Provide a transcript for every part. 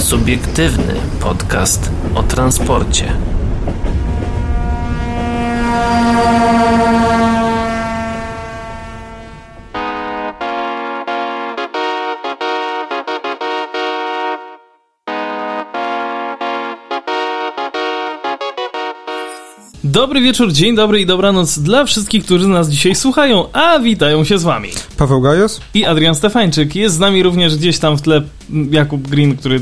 Subiektywny podcast o transporcie. Dobry wieczór, dzień dobry i dobranoc dla wszystkich, którzy nas dzisiaj słuchają, a witają się z wami Paweł Gajos i Adrian Stefańczyk. Jest z nami również gdzieś tam w tle Jakub Green, który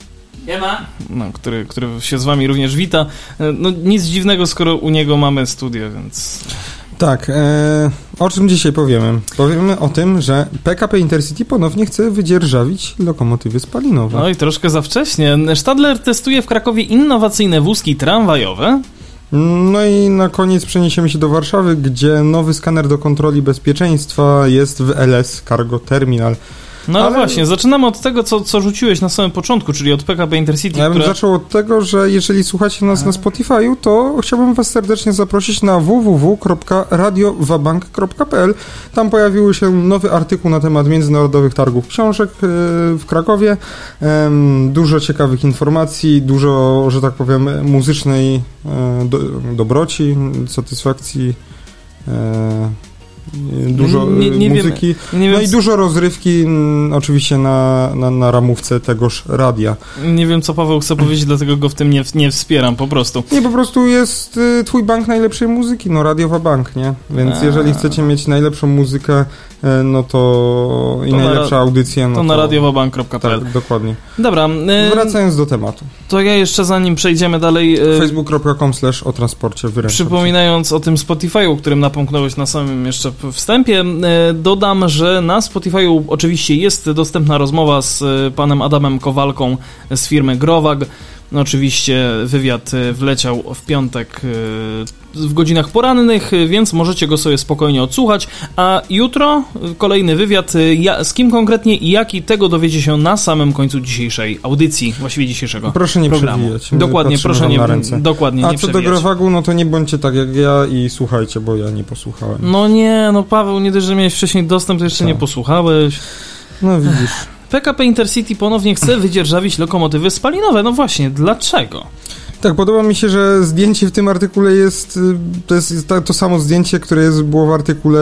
się z wami również wita. No nic dziwnego, skoro u niego mamy studio, więc... Tak, o czym dzisiaj powiemy? Powiemy o tym, że PKP Intercity ponownie chce wydzierżawić lokomotywy spalinowe. No i troszkę za wcześnie. Stadler testuje w Krakowie innowacyjne wózki tramwajowe. No i na koniec przeniesiemy się do Warszawy, gdzie nowy skaner do kontroli bezpieczeństwa jest w LS Cargo Terminal. No ale właśnie, zaczynamy od tego, co rzuciłeś na samym początku, czyli od PKP Intercity. Ja bym zaczął od tego, że jeżeli słuchacie nas na Spotify'u, to chciałbym was serdecznie zaprosić na www.radiowabank.pl. Tam pojawił się nowy artykuł na temat międzynarodowych targów książek w Krakowie. Dużo ciekawych informacji, dużo, że tak powiem, muzycznej dobroci, satysfakcji. Dużo muzyki, i dużo rozrywki, oczywiście na ramówce tegoż radia. Nie wiem, co Paweł chce powiedzieć, dlatego go w tym nie wspieram, po prostu. Nie, po prostu jest twój bank najlepszej muzyki, Radiowa Bank, nie? Więc jeżeli chcecie mieć najlepszą muzykę, no to i najlepsza audycja, no to na radiowabank.pl. Tak, dokładnie. Dobra. Wracając do tematu. To ja jeszcze zanim przejdziemy dalej... facebook.com/o transporcie wyręczam. Przypominając o tym Spotify'u, którym napomknąłeś na samym jeszcze wstępie, dodam, że na Spotify'u oczywiście jest dostępna rozmowa z panem Adamem Kowalką z firmy Growag. No oczywiście wywiad wleciał w piątek w godzinach porannych, więc możecie go sobie spokojnie odsłuchać, a jutro kolejny wywiad, z kim konkretnie i jaki, tego dowiecie się na samym końcu dzisiejszej audycji, właściwie dzisiejszego proszę nie programu. Przewijać. Dokładnie, proszę nie A co do Growagu, no to nie bądźcie tak jak ja i słuchajcie, bo ja nie posłuchałem. No nie, no Paweł, nie dość, że miałeś wcześniej dostęp, to jeszcze nie posłuchałeś. No widzisz. PKP Intercity ponownie chce wydzierżawić lokomotywy spalinowe. No właśnie, dlaczego? Tak, podoba mi się, że zdjęcie w tym artykule jest to samo zdjęcie, które było w artykule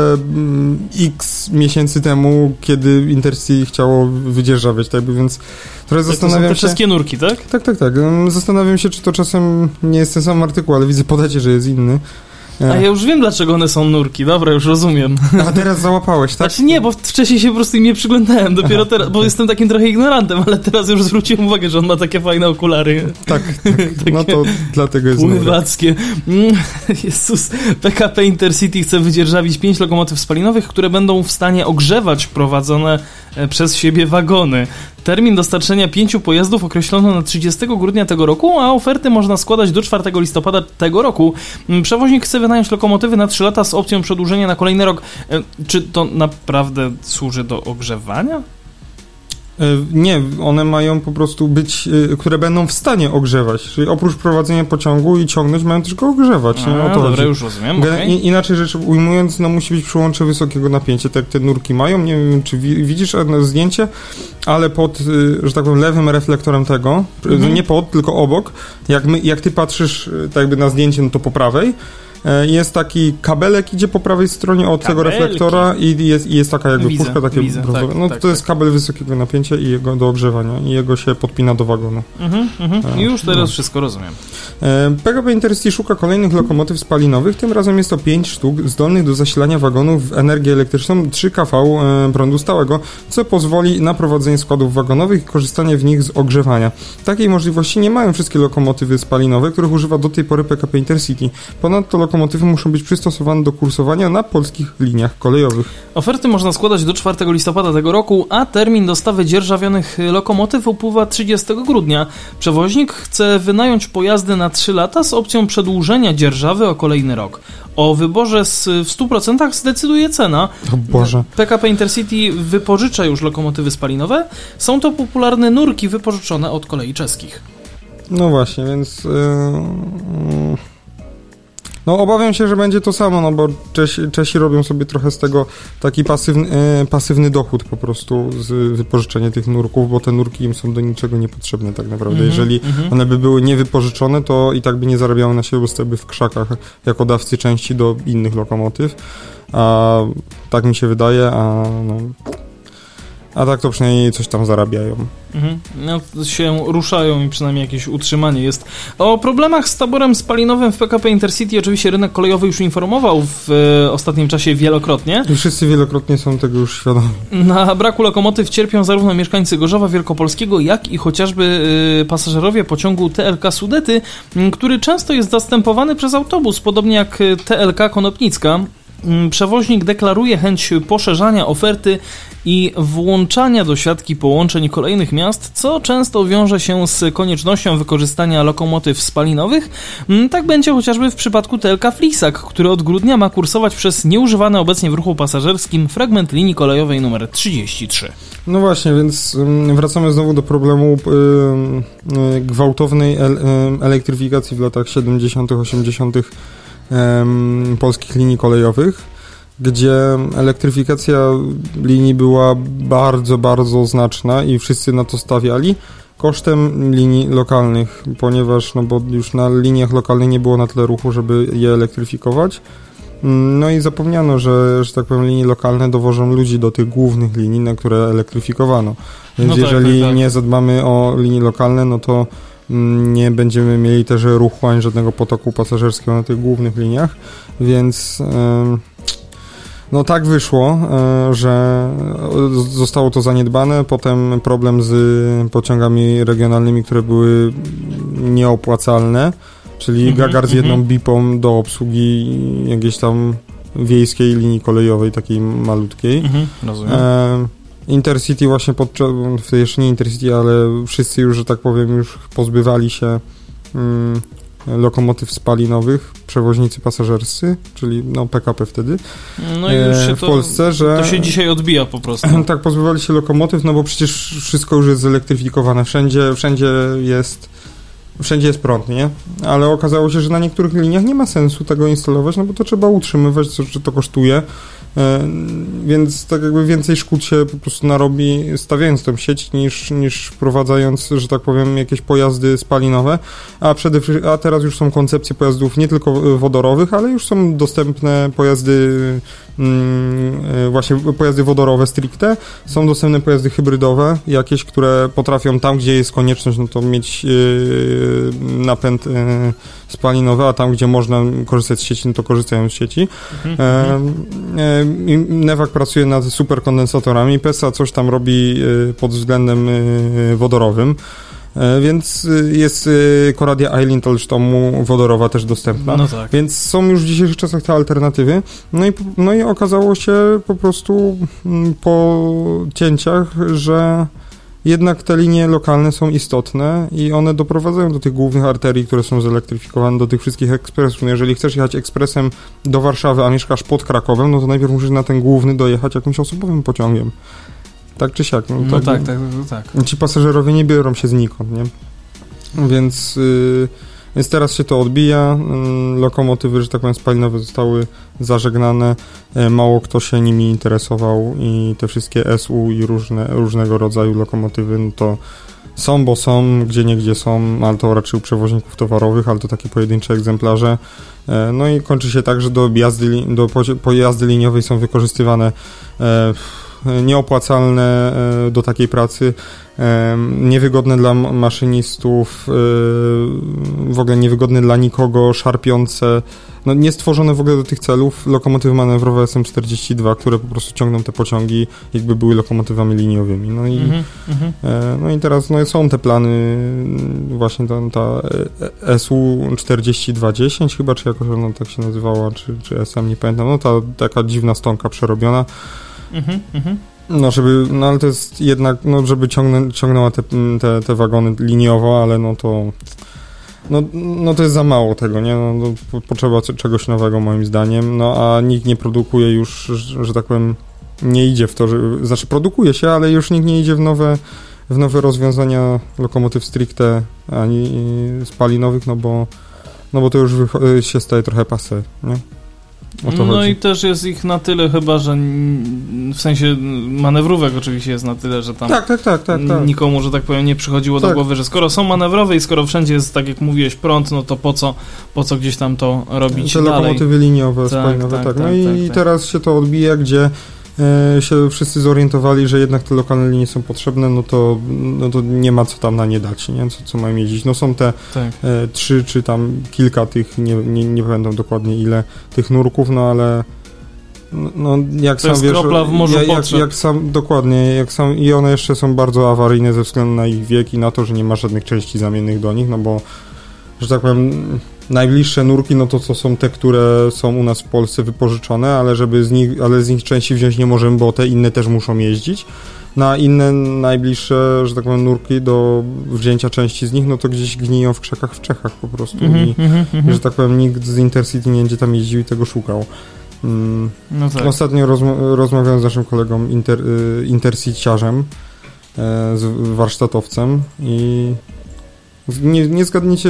x miesięcy temu, kiedy Intercity chciało wydzierżawiać, tak, więc trochę zastanawiam się... To są te wszystkie nurki, tak? Tak. Zastanawiam się, czy to czasem nie jest ten sam artykuł, ale widzę, podacie, że jest inny. A ja już wiem, dlaczego one są nurki. Dobra, już rozumiem. A teraz załapałeś, tak? Znaczy nie, bo wcześniej się po prostu im nie przyglądałem. Dopiero teraz, bo jestem takim trochę ignorantem, ale teraz już zwróciłem uwagę, że on ma takie fajne okulary. Tak. No to dlatego jest pływackie. Jezus. PKP Intercity chce wydzierżawić 5 lokomotyw spalinowych, które będą w stanie ogrzewać prowadzone przez siebie wagony. Termin dostarczenia 5 pojazdów określono na 30 grudnia tego roku, a oferty można składać do 4 listopada tego roku. Przewoźnik chce wynająć lokomotywy na 3 lata z opcją przedłużenia na kolejny rok. Czy to naprawdę służy do ogrzewania? Nie, one mają po prostu być, które będą w stanie ogrzewać, czyli oprócz prowadzenia pociągu i ciągnąć, mają też go ogrzewać. Dobra, już rozumiem. Okay. Inaczej rzecz ujmując, no musi być przyłącze wysokiego napięcia, tak jak te nurki mają. Nie wiem, czy widzisz zdjęcie, ale pod, że tak powiem, lewym reflektorem tego, nie pod, tylko obok, jak ty patrzysz tak jakby na zdjęcie, no to po prawej, jest taki kabelek, idzie po prawej stronie od tego reflektora i jest taka jakby puszka, takie brązowe. No to jest kabel wysokiego napięcia i jego do ogrzewania i jego się podpina do wagonu. Już teraz wszystko rozumiem. PKP Intercity szuka kolejnych lokomotyw spalinowych, tym razem jest to 5 sztuk zdolnych do zasilania wagonów w energię elektryczną 3 kV prądu stałego, co pozwoli na prowadzenie składów wagonowych i korzystanie w nich z ogrzewania. Takiej możliwości nie mają wszystkie lokomotywy spalinowe, których używa do tej pory PKP Intercity. Ponadto lokomotywy muszą być przystosowane do kursowania na polskich liniach kolejowych. Oferty można składać do 4 listopada tego roku, a termin dostawy dzierżawionych lokomotyw upływa 30 grudnia. Przewoźnik chce wynająć pojazdy na 3 lata z opcją przedłużenia dzierżawy o kolejny rok. O wyborze w 100% zdecyduje cena. O Boże. PKP Intercity wypożycza już lokomotywy spalinowe. Są to popularne nurki wypożyczone od kolei czeskich. No właśnie, więc... No obawiam się, że będzie to samo, no bo Czesi robią sobie trochę z tego taki pasywny dochód po prostu z wypożyczenia tych nurków, bo te nurki im są do niczego niepotrzebne tak naprawdę. Jeżeli one by były niewypożyczone, to i tak by nie zarabiały na siebie, bo stałyby w krzakach jako dawcy części do innych lokomotyw, a tak mi się wydaje, a tak to przynajmniej coś tam zarabiają. No, się ruszają i przynajmniej jakieś utrzymanie jest. O problemach z taborem spalinowym w PKP Intercity oczywiście rynek kolejowy już informował w ostatnim czasie wielokrotnie. I wszyscy wielokrotnie są tego już świadomi. Na braku lokomotyw cierpią zarówno mieszkańcy Gorzowa Wielkopolskiego, jak i chociażby pasażerowie pociągu TLK Sudety, który często jest zastępowany przez autobus, podobnie jak TLK Konopnicka. Przewoźnik deklaruje chęć poszerzania oferty i włączania do siatki połączeń kolejnych miast, co często wiąże się z koniecznością wykorzystania lokomotyw spalinowych. Tak będzie chociażby w przypadku TLK Flisak, który od grudnia ma kursować przez nieużywany obecnie w ruchu pasażerskim fragment linii kolejowej nr 33. No właśnie, więc wracamy znowu do problemu gwałtownej elektryfikacji w latach 70., 80. polskich linii kolejowych, gdzie elektryfikacja linii była bardzo, bardzo znaczna i wszyscy na to stawiali kosztem linii lokalnych, ponieważ bo już na liniach lokalnych nie było na tyle ruchu, żeby je elektryfikować. No i zapomniano, że tak powiem linie lokalne dowożą ludzi do tych głównych linii, na które elektryfikowano. Więc jeżeli nie zadbamy o linie lokalne, no to nie będziemy mieli też ruchu ani żadnego potoku pasażerskiego na tych głównych liniach, więc no tak wyszło, że zostało to zaniedbane. Potem problem z pociągami regionalnymi, które były nieopłacalne, czyli Gagar z jedną bipą do obsługi jakiejś tam wiejskiej linii kolejowej, takiej malutkiej. Rozumiem. Intercity właśnie jeszcze nie Intercity, ale wszyscy już, że tak powiem, już pozbywali się lokomotyw spalinowych, przewoźnicy pasażerscy, czyli PKP wtedy, no i już się w Polsce, że... To się dzisiaj odbija po prostu. Tak, pozbywali się lokomotyw, no bo przecież wszystko już jest zelektryfikowane, wszędzie jest prąd, nie? Ale okazało się, że na niektórych liniach nie ma sensu tego instalować, no bo to trzeba utrzymywać, że to kosztuje, więc tak jakby więcej szkód się po prostu narobi stawiając tą sieć niż wprowadzając, że tak powiem, jakieś pojazdy spalinowe, a teraz już są koncepcje pojazdów nie tylko wodorowych, ale już są dostępne pojazdy właśnie pojazdy wodorowe stricte, są dostępne pojazdy hybrydowe jakieś, które potrafią tam, gdzie jest konieczność, no to mieć napęd spalinowy, a tam, gdzie można korzystać z sieci, no to korzystają z sieci. Newag pracuje nad superkondensatorami, PESA coś tam robi pod względem wodorowym, więc jest Coradia Eileen Alstomu wodorowa też dostępna, no tak. Więc są już w dzisiejszych czasach te alternatywy, no i okazało się po prostu po cięciach, że jednak te linie lokalne są istotne i one doprowadzają do tych głównych arterii, które są zelektryfikowane, do tych wszystkich ekspresów. No jeżeli chcesz jechać ekspresem do Warszawy, a mieszkasz pod Krakowem, no to najpierw musisz na ten główny dojechać jakimś osobowym pociągiem. Tak czy siak. No tak. Ci pasażerowie nie biorą się znikąd, nie? Więc teraz się to odbija. Lokomotywy, że tak powiem, spalinowe zostały zażegnane. Mało kto się nimi interesował i te wszystkie SU i różnego rodzaju lokomotywy, no to są, bo są, gdzieniegdzie są, ale to raczej u przewoźników towarowych, ale to takie pojedyncze egzemplarze. No i kończy się tak, że do jazdy liniowej są wykorzystywane nieopłacalne do takiej pracy, niewygodne dla maszynistów, w ogóle niewygodne dla nikogo, szarpiące, no nie stworzone w ogóle do tych celów lokomotywy manewrowe SM42, które po prostu ciągną te pociągi, jakby były lokomotywami liniowymi. No i teraz są te plany, właśnie ta SU4210 chyba, czy jakoś ona tak się nazywała, czy SM, nie pamiętam, no ta taka dziwna stonka przerobiona. No, ale to jest jednak, żeby ciągnęła te wagony liniowo, ale to jest za mało tego, nie? Potrzeba czegoś nowego moim zdaniem, a nikt nie produkuje już, że tak powiem, nie idzie w to, znaczy produkuje się, ale już nikt nie idzie w nowe rozwiązania lokomotyw stricte ani spalinowych, bo no bo to już się staje trochę passé, nie? No i też jest ich na tyle chyba, że w sensie manewrówek oczywiście jest na tyle, że tam tak. nikomu, że tak powiem, nie przychodziło do głowy, że skoro są manewrowe i skoro wszędzie jest, tak jak mówiłeś, prąd, no to po co gdzieś tam to robić te dalej? Lokomotywy liniowe, spalinowe, tak. No i teraz się to odbija, gdzie się wszyscy zorientowali, że jednak te lokalne linie są potrzebne, no to nie ma co tam na nie dać, nie? Co mają jeździć. No są te 3 czy tam kilka tych, nie pamiętam dokładnie ile tych nurków, no ale no jak to sam wiesz, kropla w morzu potrzeb. jak sam dokładnie, i one jeszcze są bardzo awaryjne ze względu na ich wiek i na to, że nie ma żadnych części zamiennych do nich, no bo, że tak powiem, najbliższe nurki, no to są te, które są u nas w Polsce wypożyczone, ale z nich części wziąć nie możemy, bo te inne też muszą jeździć. Na inne najbliższe, że tak powiem, nurki do wzięcia części z nich, no to gdzieś gniją w krzakach w Czechach po prostu. I że tak powiem, nikt z Intercity nie będzie tam jeździł i tego szukał. No tak. Ostatnio rozmawiałem z naszym kolegą intercityciarzem, z warsztatowcem i nie zgadniecie,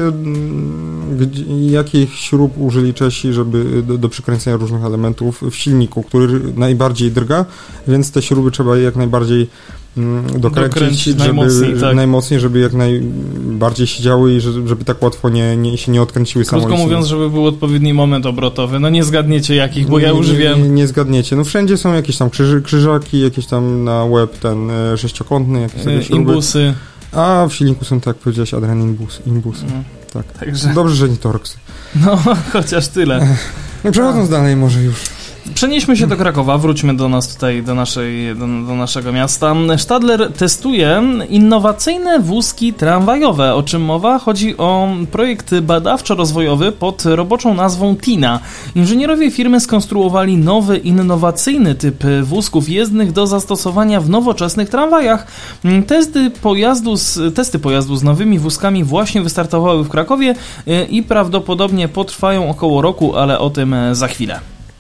jakich śrub użyli Czesi, żeby do przykręcenia różnych elementów w silniku, który najbardziej drga, więc te śruby trzeba jak najbardziej dokręcić najmocniej, żeby jak najbardziej siedziały i żeby tak łatwo się nie odkręciły samolotnie. Krótko mówiąc, żeby był odpowiedni moment obrotowy. No nie zgadniecie jakich, bo ja już wiem. Nie zgadniecie. No wszędzie są jakieś tam krzyżaki, jakieś tam na łeb ten sześciokątny, jakieś takie śruby. Imbusy. A w silniku są, tak jak powiedziałeś, Adrian, imbusy. Tak. Także... Dobrze, że nie torksy. No, chociaż tyle. Przechodząc dalej może już. Przenieśmy się do Krakowa, wróćmy do nas tutaj, do naszego miasta. Stadler testuje innowacyjne wózki tramwajowe. O czym mowa? Chodzi o projekt badawczo-rozwojowy pod roboczą nazwą TINA. Inżynierowie firmy skonstruowali nowy, innowacyjny typ wózków jezdnych do zastosowania w nowoczesnych tramwajach. Testy pojazdu z nowymi wózkami właśnie wystartowały w Krakowie i prawdopodobnie potrwają około roku, ale o tym za chwilę.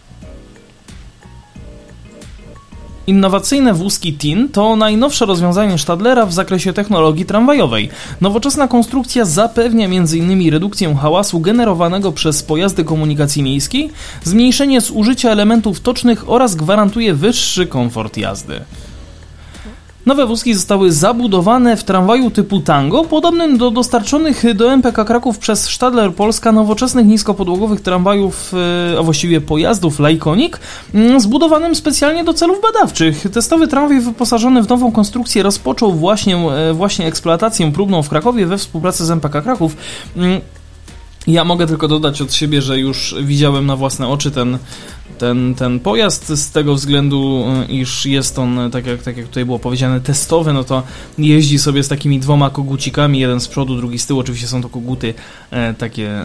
Innowacyjne wózki TIN to najnowsze rozwiązanie Stadlera w zakresie technologii tramwajowej. Nowoczesna konstrukcja zapewnia m.in. redukcję hałasu generowanego przez pojazdy komunikacji miejskiej, zmniejszenie zużycia elementów tocznych oraz gwarantuje wyższy komfort jazdy. Nowe wózki zostały zabudowane w tramwaju typu Tango, podobnym do dostarczonych do MPK Kraków przez Stadler Polska nowoczesnych niskopodłogowych tramwajów, a właściwie pojazdów Lyconic, zbudowanym specjalnie do celów badawczych. Testowy tramwaj wyposażony w nową konstrukcję rozpoczął właśnie eksploatację próbną w Krakowie we współpracy z MPK Kraków. Ja mogę tylko dodać od siebie, że już widziałem na własne oczy ten pojazd z tego względu, iż jest on, tak jak tutaj było powiedziane, testowy, no to jeździ sobie z takimi 2 kogucikami, jeden z przodu, drugi z tyłu. Oczywiście są to koguty takie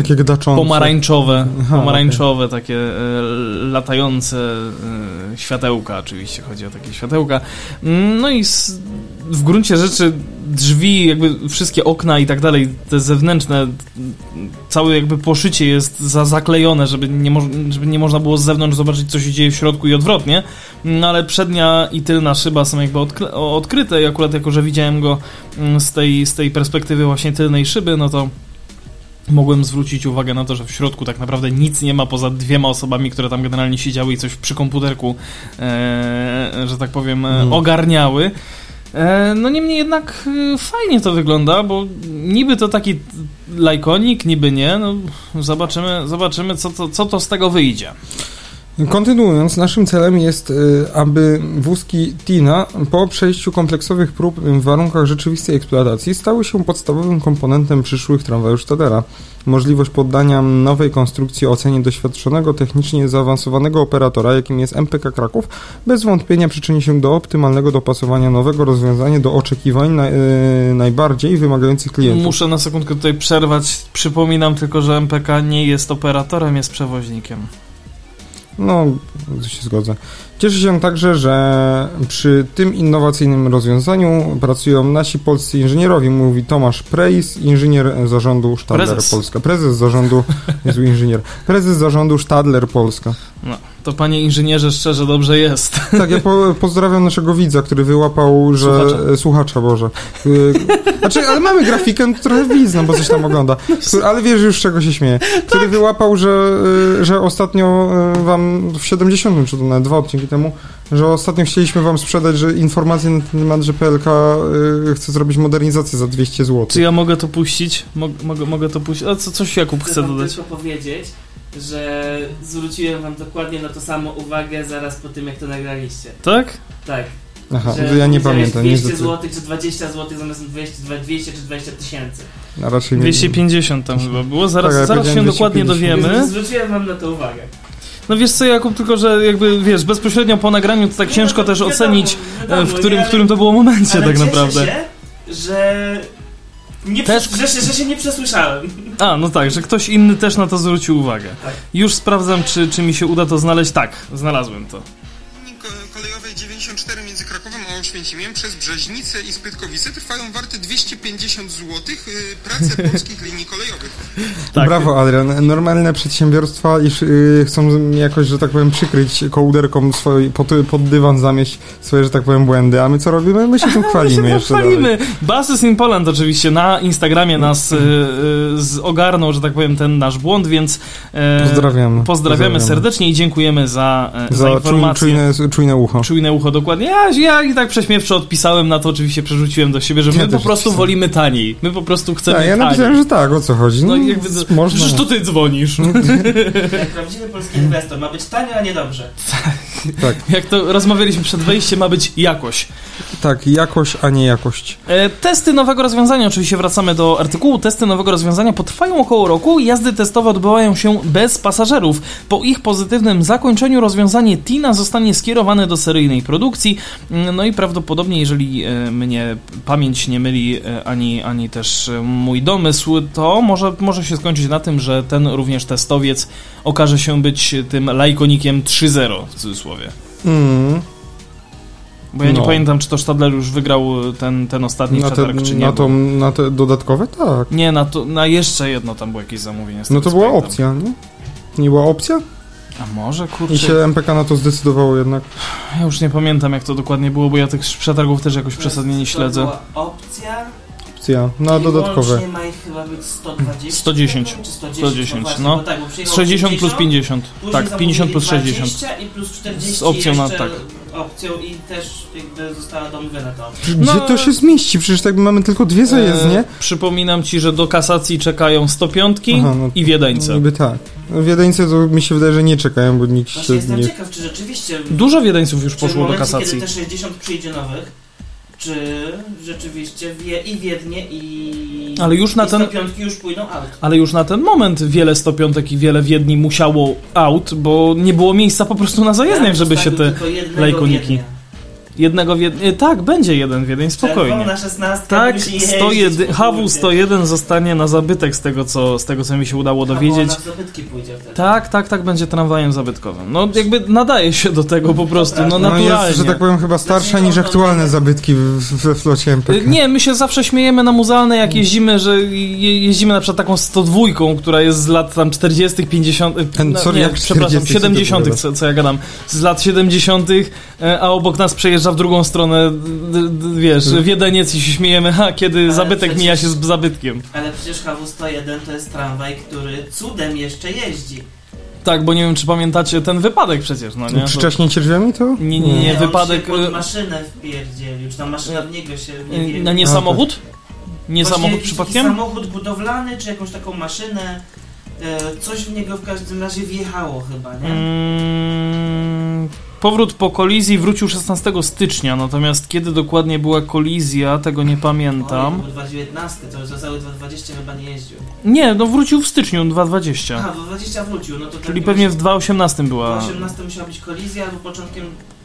pomarańczowe, takie latające światełka, oczywiście chodzi o takie światełka. No i w gruncie rzeczy drzwi, jakby wszystkie okna i tak dalej, te zewnętrzne, całe jakby poszycie jest zaklejone, żeby nie można było z zewnątrz zobaczyć, co się dzieje w środku i odwrotnie, no ale przednia i tylna szyba są jakby odkryte i akurat jako, że widziałem go z tej perspektywy właśnie tylnej szyby, no to mogłem zwrócić uwagę na to, że w środku tak naprawdę nic nie ma poza 2 osobami, które tam generalnie siedziały i coś przy komputerku, że tak powiem, ogarniały. No niemniej jednak fajnie to wygląda, bo niby to taki Lyconic, niby nie. No, zobaczymy co to z tego wyjdzie. Kontynuując, naszym celem jest, aby wózki TINA po przejściu kompleksowych prób w warunkach rzeczywistej eksploatacji stały się podstawowym komponentem przyszłych tramwajów Stadlera. Możliwość poddania nowej konstrukcji ocenie doświadczonego, technicznie zaawansowanego operatora, jakim jest MPK Kraków, bez wątpienia przyczyni się do optymalnego dopasowania nowego rozwiązania do oczekiwań najbardziej wymagających klientów. Muszę na sekundkę tutaj przerwać. Przypominam tylko, że MPK nie jest operatorem, jest przewoźnikiem. No, to się zgodzę. Cieszę się także, że przy tym innowacyjnym rozwiązaniu pracują nasi polscy inżynierowie, mówi Tomasz Prejs, inżynier zarządu Stadler Polska. Prezes zarządu, niezły inżynier. Prezes zarządu Stadler Polska. No, to panie inżynierze szczerze dobrze jest. Tak, ja pozdrawiam naszego widza, który wyłapał, że... Słuchacza, Boże. Znaczy, ale mamy grafikę, to trochę widz, no bo coś tam ogląda. Ale wiesz już, z czego się śmieje. Który wyłapał, że ostatnio wam w 70, czy to nawet 2 odcinki temu, że ostatnio chcieliśmy wam sprzedać, że informacje na ten temat, że PLK chce zrobić modernizację za 200 zł. Czy ja mogę to puścić? Mogę to puścić? A coś Jakub chce dodać? Chcę tylko powiedzieć, że zwróciłem wam dokładnie na to samo uwagę zaraz po tym, jak to nagraliście. Tak? Tak. Aha, ja nie pamiętam. 200 zł czy 20 zł zamiast 200 czy 20 tysięcy. A raczej 250 tam chyba było. Zaraz się dokładnie dowiemy. Zwróciłem wam na to uwagę. No wiesz co, Jakub, tylko że jakby, wiesz, bezpośrednio po nagraniu to tak ciężko też ocenić, w którym to było momencie tak naprawdę. Ale cieszę się, że się nie przesłyszałem. A, no tak, że ktoś inny też na to zwrócił uwagę. Tak. Już sprawdzam, czy mi się uda to znaleźć. Tak, znalazłem to. Kolejowej 94 między Krakowem a Oświęcimiem przez Brzeźnicę i Spytkowice trwają warte 250 zł prace polskich linii kolejowych. Tak. Brawo, Adrian. Normalne przedsiębiorstwa chcą jakoś, że tak powiem, przykryć kołderką pod dywan zamieść swoje, że tak powiem, błędy. A my co robimy? My się tym chwalimy jeszcze chwalimy. Buses in Poland oczywiście na Instagramie nas ogarnął, że tak powiem, ten nasz błąd, więc pozdrawiamy serdecznie i dziękujemy za informację. Czujne ucho. Czujne ucho, dokładnie. Ja i tak prześmiewczo odpisałem na to, oczywiście przerzuciłem do siebie, że my po prostu wolimy taniej. My po prostu chcemy taniej. Ja napisałem, że tak, o co chodzi. No jakby, przecież to ty dzwonisz. Jak prawdziwy polski inwestor, ma być tanio, a nie dobrze. Tak. Jak to rozmawialiśmy przed wejściem, ma być jakość. Tak, jakość, a nie jakość. Testy nowego rozwiązania, oczywiście wracamy do artykułu. Testy nowego rozwiązania potrwają około roku. Jazdy testowe odbywają się bez pasażerów. Po ich pozytywnym zakończeniu rozwiązanie TINA zostanie skierowane do seryjnej produkcji. No i prawdopodobnie, jeżeli mnie pamięć nie myli, ani też mój domysł, to może się skończyć na tym, że ten również testowiec okaże się być tym lajkonikiem 3.0 w cudzysłowie. Bo ja nie pamiętam, czy to Stadler już wygrał ten ostatni przetarg, czy nie. Na te dodatkowe? Tak. Nie, na jeszcze jedno tam było jakieś zamówienie. No to była opcja, nie? Nie była opcja? A może, kurczę... I się MPK na to zdecydowało jednak. Ja już nie pamiętam, jak to dokładnie było, bo ja tych przetargów też jakoś przesadnie nie śledzę. To była opcja... Na dodatkowe. Łącznie ma ich chyba być 120. 110. Czy 110, 110, no. Tak, 60 plus 50. Tak, 50 plus 60. I plus 40 z opcją na tak. Opcją i też jakby została domówiona ta opcja. Gdzie to się zmieści? Przecież tak mamy tylko 2 zajezdnie. Przypominam ci, że do kasacji czekają 105 i wiedeńce. Niby tak. Wiedeńce to mi się wydaje, że nie czekają, bo nikt się jestem ciekaw, czy rzeczywiście... Dużo wiedeńców już poszło do kasacji. Kiedy te 60 przyjdzie nowych, czy rzeczywiście i Wiednie ale już na ten 105 już pójdą out. Ale już na ten moment wiele 105 i wiele Wiedni musiało out, bo nie było miejsca po prostu na zajezdniach, żeby się te lajkoniki... Jednego tak, będzie jeden Wiedeń, spokojnie. Na 16 tak, HW101 zostanie na zabytek z tego co mi się udało dowiedzieć. Na zabytki pójdzie wtedy. Tak, będzie tramwajem zabytkowym. No jakby nadaje się do tego po prostu, no naturalnie. No jest, że tak powiem, chyba starsza niż aktualne zabytki we flocie MPK. Nie, my się zawsze śmiejemy na muzealne, jak jeździmy, że jeździmy na przykład taką 102, która jest z lat tam 40., 50., 70., co ja gadam, z lat 70., a obok nas przejeżdża w drugą stronę, wiesz, Wiedeniec i się śmiejemy, kiedy zabytek mija się z zabytkiem. Ale przecież HW101 to jest tramwaj, który cudem jeszcze jeździ. Tak, bo nie wiem, czy pamiętacie ten wypadek przecież, no nie? Przyczaśnięcie drzwiami to? Nie, wypadek... On się pod maszynę wpierdzielił, czy tam maszyna od niego się... Nie samochód? Nie właśnie samochód przypadkiem? Samochód budowlany, czy jakąś taką maszynę, coś w niego w każdym razie wjechało chyba, nie? Powrót po kolizji wrócił 16 stycznia, natomiast kiedy dokładnie była kolizja, tego nie pamiętam. Był 2019, to już za cały 2020 chyba nie jeździł. Nie, no wrócił w styczniu 2020. Aha, 2020 wrócił, no to... Czyli pewnie w 2018 była... W 2018 musiała być kolizja, albo początkiem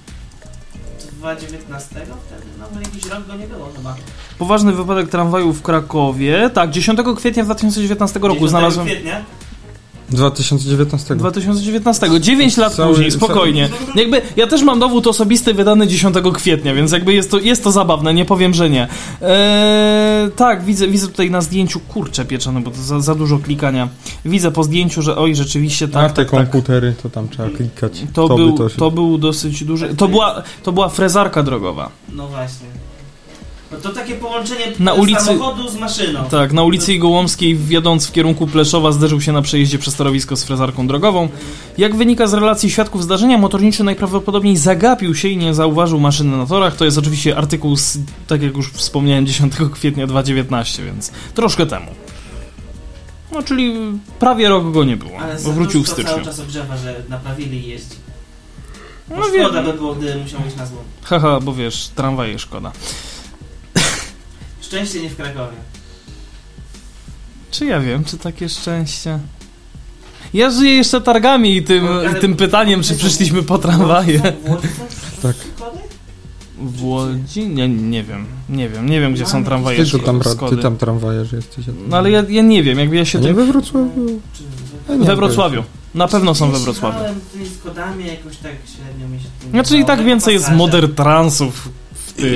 2019 wtedy, no bo jakiś rok go nie było chyba. Poważny wypadek tramwaju w Krakowie, tak, 10 kwietnia 2019 roku 10 znalazłem... kwietnia? 2019. 9 lat później, spokojnie. Jakby ja też mam dowód osobisty wydany 10 kwietnia, więc jakby jest to zabawne, nie powiem, że nie. Tak, widzę tutaj na zdjęciu, kurczę pieczone, bo to za dużo klikania. Widzę po zdjęciu, że oj, rzeczywiście tak. Te komputery, to tam trzeba klikać. To był dosyć duży. To była frezarka drogowa. No właśnie. No to takie połączenie samochodu z maszyną. Tak, na ulicy Gołomskiej, jadąc w kierunku Pleszowa, zderzył się na przejeździe przez torowisko z frezarką drogową. Jak wynika z relacji świadków zdarzenia, motorniczy najprawdopodobniej zagapił się i nie zauważył maszyny na torach. To jest oczywiście artykuł z, tak jak już wspomniałem, 10 kwietnia 2019, więc troszkę temu. No, czyli prawie rok go nie było. Ale wrócił w styczniu. cały czas ogrzewa, że naprawili i jeździ. No szkoda by było, gdy musiał iść na złom. Haha, bo wiesz, tramwaje szkoda. Szczęście nie w Krakowie. Czy ja wiem, czy takie szczęście? Ja żyję jeszcze targami i tym pytaniem, czy przyszliśmy po tramwaje. Tak. W Łodzi? Nie wiem, gdzie są tramwaje. Ty tam tramwaje, że jesteś. No ale ja nie wiem, jakby ja się... Nie we Wrocławiu? We Wrocławiu. Na pewno są we Wrocławiu. Tymi Skodami jakoś tak średnio mi się... Znaczy i tak więcej jest modern transów w tym.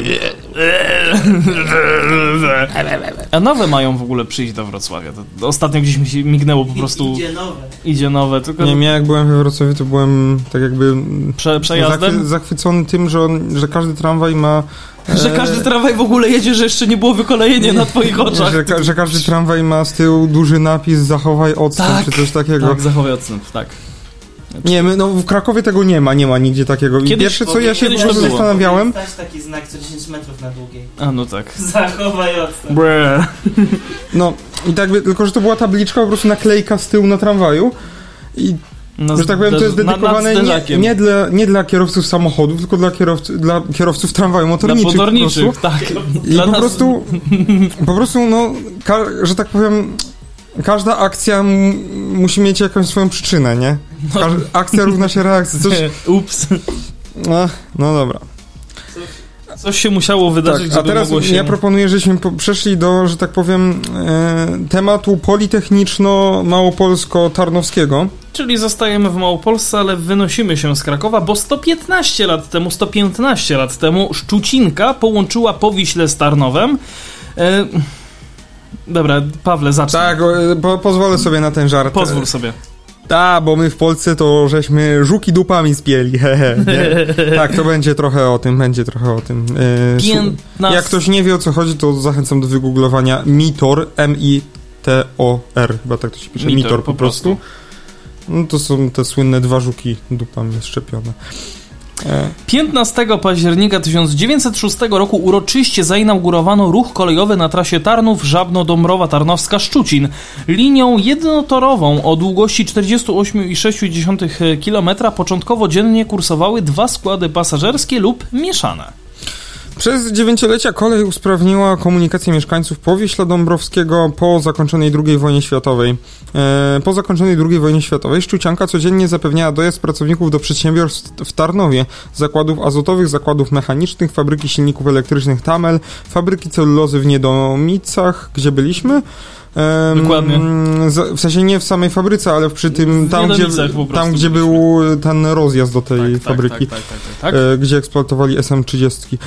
A nowe mają w ogóle przyjść do Wrocławia. To ostatnio gdzieś mi się mignęło po prostu... Idzie nowe. Tylko... Nie, jak byłem we Wrocławiu, to byłem tak jakby... Przejazdem? Zachwycony tym, że każdy tramwaj ma... Że każdy tramwaj w ogóle jedzie, że jeszcze nie było wykolejenia na twoich oczach. Że każdy tramwaj ma z tyłu duży napis zachowaj odstęp, tak, czy coś takiego. Tak, zachowaj odstęp, tak. Nie, no w Krakowie tego nie ma nigdzie takiego. Pierwsze co ja się po prostu zastanawiałem... Stać taki znak co 10 metrów na długiej. A no tak. Zachowaj odstęp. No i tak, tylko że to była tabliczka, po prostu naklejka z tyłu na tramwaju i że tak powiem, to jest dedykowane nie dla kierowców samochodów, tylko dla kierowców tramwaju motorniczych. Dla motorniczych, tak. I po prostu, no, że tak powiem, każda akcja musi mieć jakąś swoją przyczynę, nie? Akcja równa się reakcja. Ups. No dobra. Coś się musiało wydarzyć, tak, a teraz ja proponuję, żebyśmy przeszli do, że tak powiem, tematu politechniczno-małopolsko-tarnowskiego. Czyli zostajemy w Małopolsce, ale wynosimy się z Krakowa, bo 115 lat temu Szczucinka połączyła Powiśle z Tarnowem. Dobra, Pawle, zacznij. Tak, pozwolę sobie na ten żart. Pozwól sobie. Bo my w Polsce to żeśmy żuki dupami spieli, nie? Tak, to będzie trochę o tym, Jak ktoś nie wie, o co chodzi, to zachęcam do wygooglowania Mitor, M-I-T-O-R, chyba tak to się pisze, Mitor po prostu. No to są te słynne 2 żuki dupami szczepione. 15 października 1906 roku uroczyście zainaugurowano ruch kolejowy na trasie Tarnów-Żabno-Dąbrowa-Tarnowska-Szczucin. Linią jednotorową o długości 48,6 km początkowo dziennie kursowały 2 składy pasażerskie lub mieszane. Przez 9-lecia kolej usprawniła komunikację mieszkańców Powiśla Dąbrowskiego po zakończonej II wojnie światowej. Po zakończonej II wojnie światowej Szczucianka codziennie zapewniała dojazd pracowników do przedsiębiorstw w Tarnowie, zakładów azotowych, zakładów mechanicznych, fabryki silników elektrycznych Tamel, fabryki celulozy w Niedomicach, gdzie byliśmy. Dokładnie. W sensie nie w samej fabryce, ale przy tym tam gdzie był ten rozjazd do tej fabryki, gdzie eksploatowali SM-30.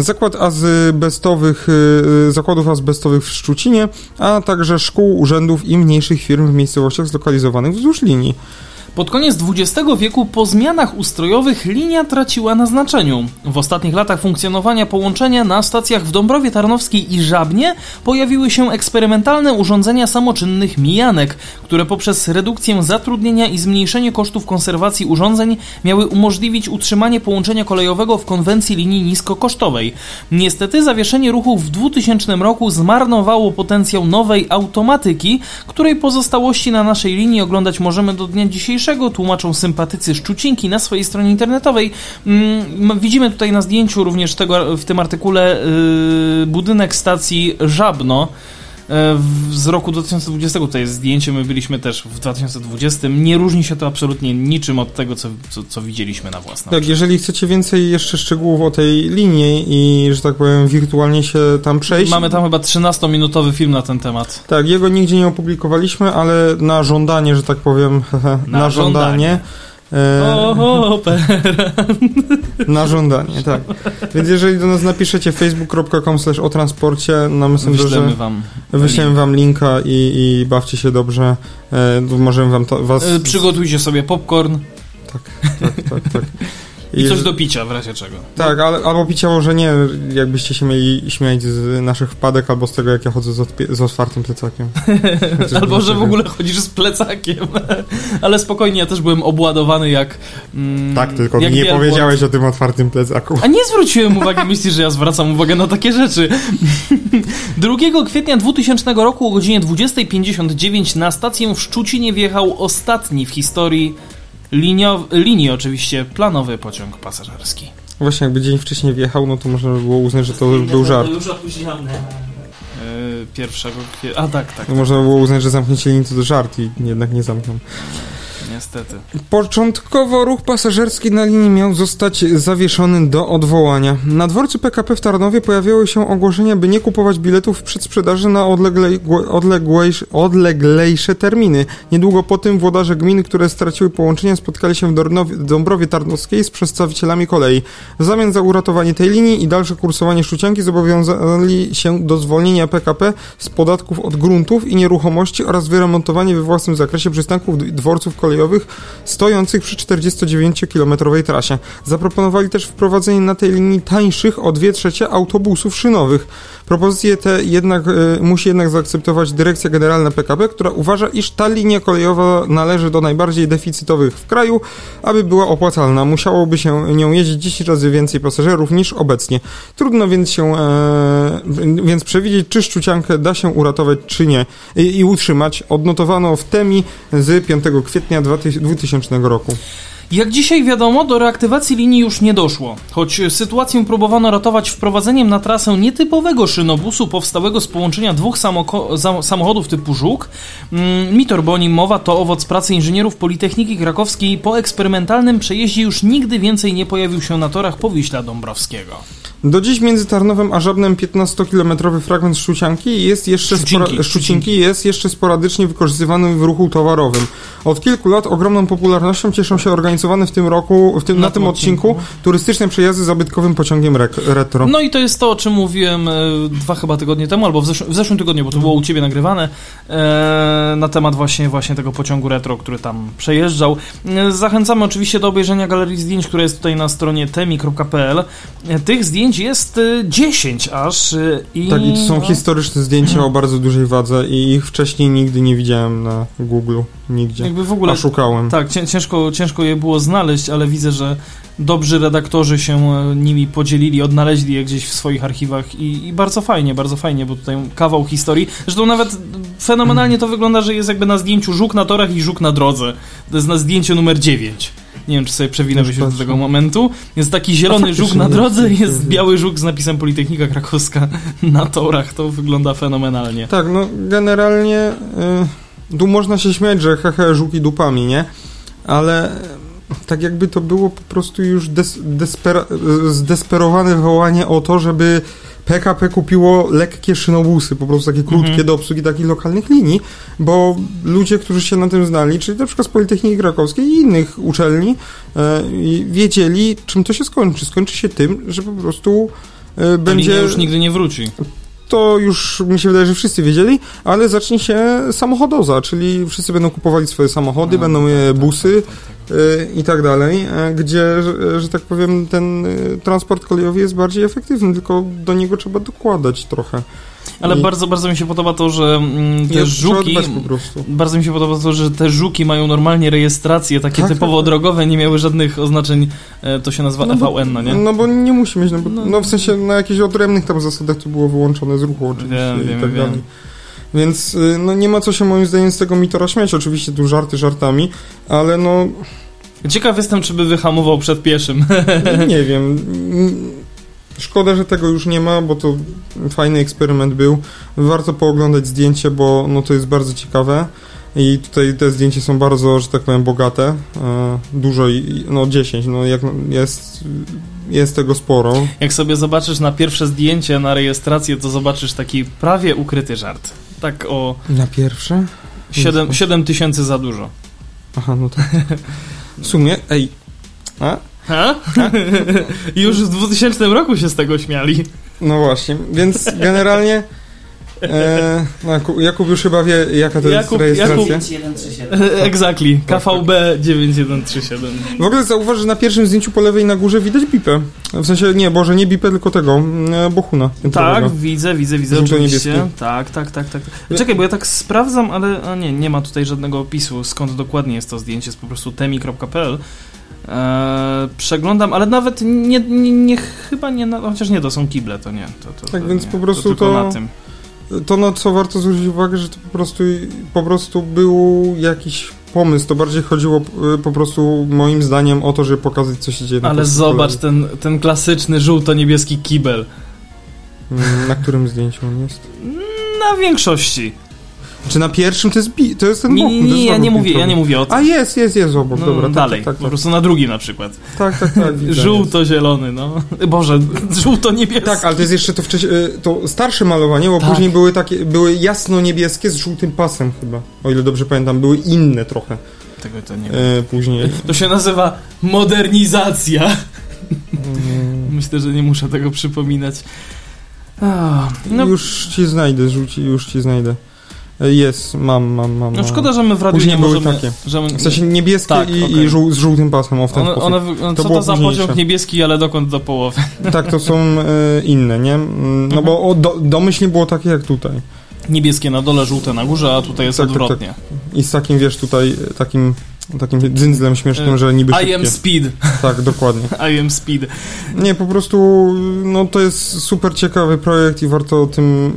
Zakładów azbestowych w Szczucinie, a także szkół, urzędów i mniejszych firm w miejscowościach zlokalizowanych wzdłuż linii. Pod koniec XX wieku po zmianach ustrojowych linia traciła na znaczeniu. W ostatnich latach funkcjonowania połączenia na stacjach w Dąbrowie Tarnowskiej i Żabnie pojawiły się eksperymentalne urządzenia samoczynnych mijanek, które poprzez redukcję zatrudnienia i zmniejszenie kosztów konserwacji urządzeń miały umożliwić utrzymanie połączenia kolejowego w konwencji linii niskokosztowej. Niestety zawieszenie ruchu w 2000 roku zmarnowało potencjał nowej automatyki, której pozostałości na naszej linii oglądać możemy do dnia dzisiejszego, tłumaczą sympatycy Szczucinki na swojej stronie internetowej. Widzimy tutaj na zdjęciu również w tym artykule budynek stacji Żabno. z roku 2020, tutaj jest zdjęcie, my byliśmy też w 2020, nie różni się to absolutnie niczym od tego, co widzieliśmy na własne oczy. Tak, jeżeli chcecie więcej jeszcze szczegółów o tej linii i, że tak powiem, wirtualnie się tam przejść... Mamy tam chyba 13-minutowy film na ten temat. Tak, jego nigdzie nie opublikowaliśmy, ale na żądanie, że tak powiem, na żądanie. Na żądanie, tak. Więc jeżeli do nas napiszecie facebook.com/o-transporcie na Messengerze, wyślemy wam linka i bawcie się dobrze. Możemy wam was... Przygotujcie sobie popcorn. Tak. I coś do picia w razie czego. Tak, albo picia może nie, jakbyście się mieli śmiać z naszych wpadek, albo z tego, jak ja chodzę z otwartym plecakiem. Albo, że w ogóle chodzisz z plecakiem. Ale spokojnie, ja też byłem obładowany jak... tak, tylko jak nie powiedziałeś o tym otwartym plecaku. A nie zwróciłem uwagi, myślisz, że ja zwracam uwagę na takie rzeczy. 2 kwietnia 2000 roku o godzinie 20:59 na stację w Szczucinie wjechał ostatni w historii linii oczywiście planowy pociąg pasażerski. Właśnie, jakby dzień wcześniej wjechał, no to można by było uznać, że to był żart. To już opóźnione. 1 kwietnia... A tak. No można by było uznać, że zamknięcie linii to żart i jednak nie zamkną. Niestety. Początkowo ruch pasażerski na linii miał zostać zawieszony do odwołania. Na dworcu PKP w Tarnowie pojawiały się ogłoszenia, by nie kupować biletów w przedsprzedaży na odleglejsze terminy. Niedługo po tym włodarze gmin, które straciły połączenia, spotkali się w Dąbrowie Tarnowskiej z przedstawicielami kolei. W zamian za uratowanie tej linii i dalsze kursowanie Szczucianki zobowiązali się do zwolnienia PKP z podatków od gruntów i nieruchomości oraz wyremontowanie we własnym zakresie przystanków dworców kolejowych stojących przy 49-kilometrowej trasie. Zaproponowali też wprowadzenie na tej linii tańszych o 2/3 autobusów szynowych. Propozycje te musi jednak zaakceptować Dyrekcja Generalna PKP, która uważa, iż ta linia kolejowa należy do najbardziej deficytowych w kraju, aby była opłacalna. Musiałoby się nią jeździć 10 razy więcej pasażerów niż obecnie. Trudno więc przewidzieć, czy Szczuciankę da się uratować, czy nie i utrzymać. Odnotowano w TEMI z 5 kwietnia 2000 roku. Jak dzisiaj wiadomo, do reaktywacji linii już nie doszło. Choć sytuację próbowano ratować wprowadzeniem na trasę nietypowego szynobusu powstałego z połączenia 2 samochodów typu Żuk. Mitor, bo o nim mowa, to owoc pracy inżynierów Politechniki Krakowskiej. Po eksperymentalnym przejeździe już nigdy więcej nie pojawił się na torach Powiśla Dąbrowskiego. Do dziś między Tarnowem a Żabnem 15-kilometrowy fragment Szczucianki jest jeszcze sporadycznie wykorzystywany w ruchu towarowym. Od kilku lat ogromną popularnością cieszą się organizowane na tym odcinku turystyczne przejazdy zabytkowym pociągiem retro. No i to jest to, o czym mówiłem 2 chyba tygodnie temu, albo w zeszłym tygodniu, bo to było u Ciebie nagrywane, na temat właśnie tego pociągu retro, który tam przejeżdżał. Zachęcamy oczywiście do obejrzenia galerii zdjęć, która jest tutaj na stronie temi.pl. Tych zdjęć jest 10 aż. Tak, i to są historyczne zdjęcia o bardzo dużej wadze i ich wcześniej nigdy nie widziałem na Google'u, nigdzie. Jakby w ogóle, a szukałem. Tak, ciężko je było znaleźć, ale widzę, że dobrzy redaktorzy się nimi podzielili, odnaleźli je gdzieś w swoich archiwach i bardzo fajnie, bo tutaj kawał historii. Zresztą nawet fenomenalnie to wygląda, że jest jakby na zdjęciu Żuk na torach i Żuk na drodze. To jest na zdjęciu numer 9. Nie wiem, czy sobie przewinąłeś już do tego momentu. Jest taki zielony Żuk na drodze, jest biały Żuk z napisem Politechnika Krakowska na torach. To wygląda fenomenalnie. Tak, no generalnie tu można się śmiać, że Żuki dupami, nie? Ale tak jakby to było po prostu już zdesperowane wołanie o to, żeby PKP kupiło lekkie szynobusy, po prostu takie krótkie do obsługi takich lokalnych linii, bo ludzie, którzy się na tym znali, czyli na przykład z Politechniki Krakowskiej i innych uczelni, wiedzieli, czym to się skończy. Skończy się tym, że po prostu będzie... linia już nigdy nie wróci. To już mi się wydaje, że wszyscy wiedzieli, ale zacznie się samochodoza, czyli wszyscy będą kupowali swoje samochody, będą je busy i tak dalej, gdzie, że tak powiem, ten transport kolejowy jest bardziej efektywny, tylko do niego trzeba dokładać trochę. Ale bardzo mi się podoba to, że te żuki... Bardzo mi się podoba to, że te żuki mają normalnie rejestracje, takie typowo drogowe, nie miały żadnych oznaczeń, to się nazywa EVN, no nie? No bo nie musi mieć, no w sensie na jakichś odrębnych tam zasadach to było wyłączone z ruchu oczywiście i tak dalej. Więc no nie ma co się moim zdaniem z tego Mitora śmiać, oczywiście tu żarty żartami, ale no... Ciekaw jestem, czy by wyhamował przed pieszym. Nie wiem... Szkoda, że tego już nie ma, bo to fajny eksperyment był. Warto pooglądać zdjęcie, bo no to jest bardzo ciekawe. I tutaj te zdjęcia są bardzo, że tak powiem, bogate. Dużo, 10, jest tego sporo. Jak sobie zobaczysz na pierwsze zdjęcie, na rejestrację, to zobaczysz taki prawie ukryty żart. Tak o... Na pierwsze? 7 tysięcy za dużo. Aha, no tak. W sumie, Ha? Już w 2000 roku się z tego śmiali. No właśnie, więc generalnie Jakub już chyba wie, jaka to jest rejestracja. 9137. Exactly. KVB 9137. W ogóle zauważ, że na pierwszym zdjęciu po lewej na górze widać bipę. W sensie, nie bipę, tylko tego, Bohuna. Tak, widzę oczywiście. Niebieskie. Tak. Czekaj, bo ja tak sprawdzam, ale nie ma tutaj żadnego opisu, skąd dokładnie jest to zdjęcie, jest po prostu temi.pl. Przeglądam, ale nawet chyba nie, chociaż nie, to są kible, to nie. Tak, więc nie, po prostu to na tym. To, na co warto zwrócić uwagę, że to po prostu był jakiś pomysł. To bardziej chodziło po prostu moim zdaniem o to, żeby pokazać, co się dzieje na Ale zobacz, ten klasyczny żółto-niebieski kibel. Na którym zdjęciu on jest? Na większości. Czy na pierwszym to jest ten bok? Nie, ja nie mówię o tym. A jest obok, no, dobra. Dalej, tak. Po prostu na drugim na przykład. Tak. Żółto-zielony, no. Boże, żółto-niebieski. Tak, ale to jest jeszcze to wcześniej, to starsze malowanie, bo później były jasno-niebieskie z żółtym pasem chyba, o ile dobrze pamiętam, były inne trochę. Tego to nie wiem. Później. To się nazywa modernizacja. Myślę, że nie muszę tego przypominać. Już ci znajdę, już ci znajdę. Jest, mam. No szkoda, że my w radiu później nie możemy... były takie. W sensie niebieskie i z żółtym pasem, w ten sposób. Co to za pociąg niebieski, ale dokąd do połowy? Tak, to są inne, nie? No bo domyślnie było takie jak tutaj. Niebieskie na dole, żółte na górze, a tutaj jest odwrotnie. Tak. I z takim, tutaj, takim dzyndzlem śmiesznym, że niby szybkie. I am speed. Tak, dokładnie. I am speed. Nie, po prostu to jest super ciekawy projekt i warto o tym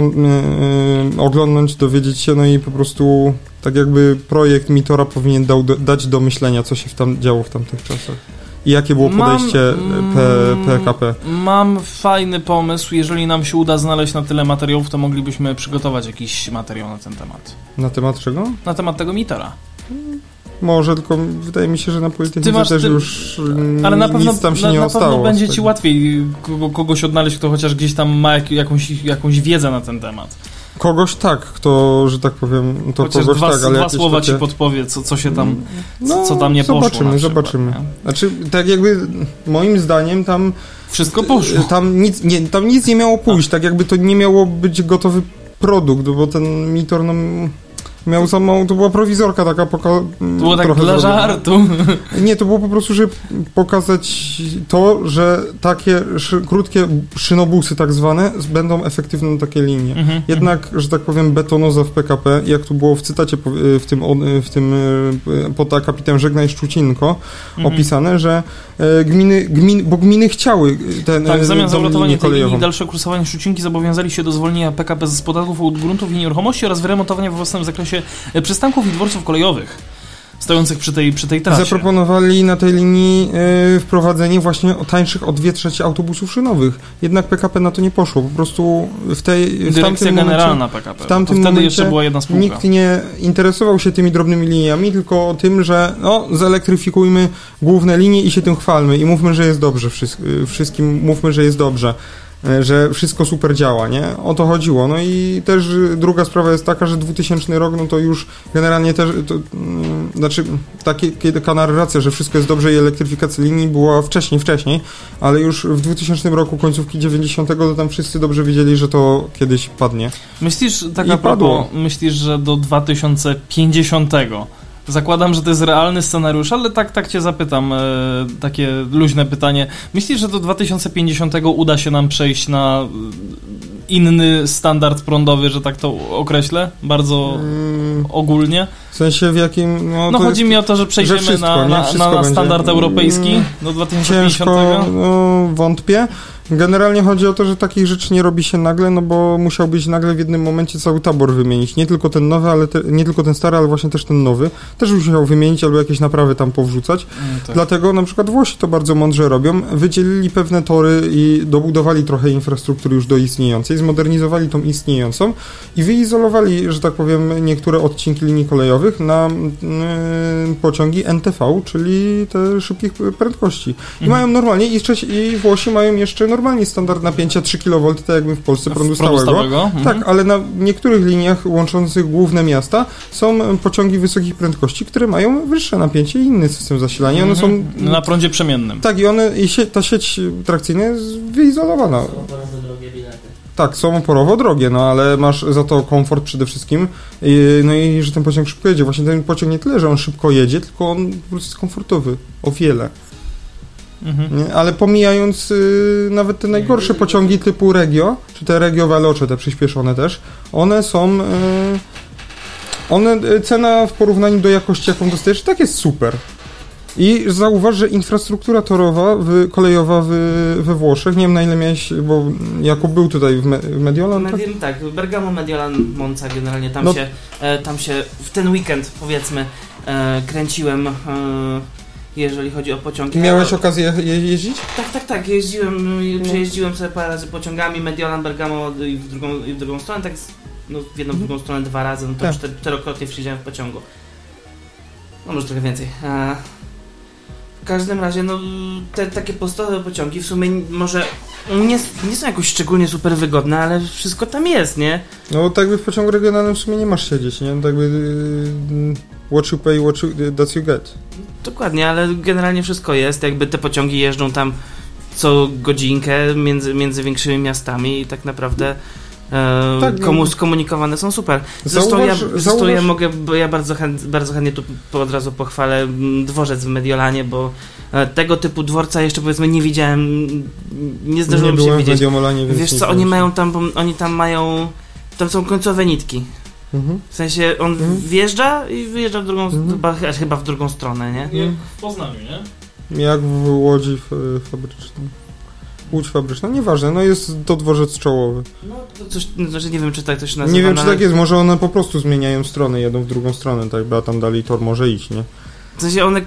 oglądnąć, dowiedzieć się, no i po prostu tak jakby projekt Mitora powinien dać do myślenia, co się działo w tamtych czasach. I jakie było podejście PKP? Mam fajny pomysł. Jeżeli nam się uda znaleźć na tyle materiałów, to moglibyśmy przygotować jakiś materiał na ten temat. Na temat czego? Na temat tego Mitora. Może, tylko wydaje mi się, że na Politechnice też już ale na pewno, nic tam się nie ostało. Na pewno będzie ci łatwiej kogoś odnaleźć, kto chociaż gdzieś tam ma jakąś wiedzę na ten temat. Kogoś tak, kto, że tak powiem, to chociaż kogoś tak, ale dwa słowa ci podpowie, co się tam, co tam nie poszło. Zobaczymy. Nie? Znaczy, tak jakby moim zdaniem tam wszystko poszło. Tam nic nie miało pójść, tak jakby to nie miało być gotowy produkt, bo ten Mitor miał to była prowizorka taka to było tak dla żartu. Nie, to było po prostu, żeby pokazać to, że takie krótkie szynobusy tak zwane będą efektywne na takie linie. Jednak, że tak powiem, betonoza w PKP, jak tu było w cytacie w tym pod akapitem Żegnaj Szczucinko opisane, że gminy chciały tak, zamiast za uratowanie tej linii i dalsze kursowanie Szczucinki zobowiązali się do zwolnienia PKP z podatków od gruntów i nieruchomości oraz wyremontowania we własnym zakresie przystanków i dworców kolejowych stojących przy tej trasie. Zaproponowali na tej linii wprowadzenie właśnie tańszych o 2/3 autobusów szynowych. Jednak PKP na to nie poszło. Po prostu Dyrekcja generalna PKP. W tamtym wtedy momencie jeszcze była jedna spółka. Nikt nie interesował się tymi drobnymi liniami, tylko tym, że zelektryfikujmy główne linie i się tym chwalmy i mówmy, że jest dobrze. Wszystkim mówmy, że jest dobrze. Że wszystko super działa, nie? O to chodziło. No i też druga sprawa jest taka, że 2000 rok, no to już generalnie też, taka narracja, że wszystko jest dobrze i elektryfikacja linii była wcześniej, ale już w 2000 roku, końcówki 90, to tam wszyscy dobrze wiedzieli, że to kiedyś padnie. Myślisz, myślisz, że do 2050 zakładam, że to jest realny scenariusz, ale tak cię zapytam, takie luźne pytanie. Myślisz, że do 2050 uda się nam przejść na inny standard prądowy, że tak to określę? Bardzo ogólnie. W sensie w jakim... No chodzi mi o to, że przejdziemy na standard europejski do 2050. Ciężko, wątpię. Generalnie chodzi o to, że takich rzeczy nie robi się nagle, no bo musiałbyś nagle w jednym momencie cały tabor wymienić. Nie tylko ten nowy, nie tylko ten stary, ale właśnie też ten nowy. Też musiał wymienić albo jakieś naprawy tam powrzucać. Tak. Dlatego na przykład Włosi to bardzo mądrze robią. Wydzielili pewne tory i dobudowali trochę infrastruktury już do istniejącej, zmodernizowali tą istniejącą i wyizolowali, że tak powiem, niektóre odcinki linii kolejowych na pociągi NTV, czyli te szybkich prędkości. I mają normalnie, i Włosi mają jeszcze normalnie standard napięcia 3 kV, tak jakby w Polsce prądu stałego. Tak, ale na niektórych liniach łączących główne miasta są pociągi wysokich prędkości, które mają wyższe napięcie i inny system zasilania. One są na prądzie przemiennym. Tak, ta sieć trakcyjna jest wyizolowana. Są oporowo drogie bilety. Tak, są oporowo drogie, no ale masz za to komfort przede wszystkim. No i że ten pociąg szybko jedzie. Właśnie ten pociąg nie tyle, że on szybko jedzie, tylko on po prostu jest komfortowy. O wiele. Nie? Ale pomijając nawet te najgorsze pociągi typu Regio, czy te Regio Veloce, te przyspieszone też, one są... cena w porównaniu do jakości, jaką dostajesz, tak jest super. I zauważ, że infrastruktura torowa, kolejowa we Włoszech, nie wiem na ile miałeś, bo Jakub był tutaj w Mediolan, tak? Tak, Bergamo, Mediolan, Monza, generalnie tam się w ten weekend, powiedzmy, kręciłem, jeżeli chodzi o pociągi. Miałeś okazję jeździć? Tak, przejeździłem sobie parę razy pociągami, Mediolan, Bergamo i w drugą stronę, tak w jedną, w drugą stronę 2 razy, no to tak. Czterokrotnie siedziałem w pociągu. No może trochę więcej. W każdym razie, te takie podstawowe pociągi w sumie może nie są jakoś szczególnie super wygodne, ale wszystko tam jest, nie? No tak by w pociągu regionalnym w sumie nie masz siedzieć, nie? Tak by what you pay, that you get. Dokładnie, ale generalnie wszystko jest, jakby te pociągi jeżdżą tam co godzinkę między większymi miastami i tak naprawdę skomunikowane są super. Zresztą ja bardzo chętnie tu od razu pochwalę dworzec w Mediolanie, bo tego typu dworca jeszcze powiedzmy nie widziałem, nie zdarzyło mi się widzieć. Wiesz co, oni mają tam, bo oni tam mają, tam są końcowe nitki. W sensie on wjeżdża i wyjeżdża w drugą, chyba w drugą stronę, nie? Jak w Poznaniu, nie? Jak w Łodzi fabrycznej. Łódź fabryczna, nieważne, jest to dworzec czołowy. No to coś, znaczy nie wiem, czy tak to się nazywa. Nie wiem, czy tak jest, może one po prostu zmieniają stronę, jedą w drugą stronę, tak, bo tam dalej tor może iść, nie? W sensie one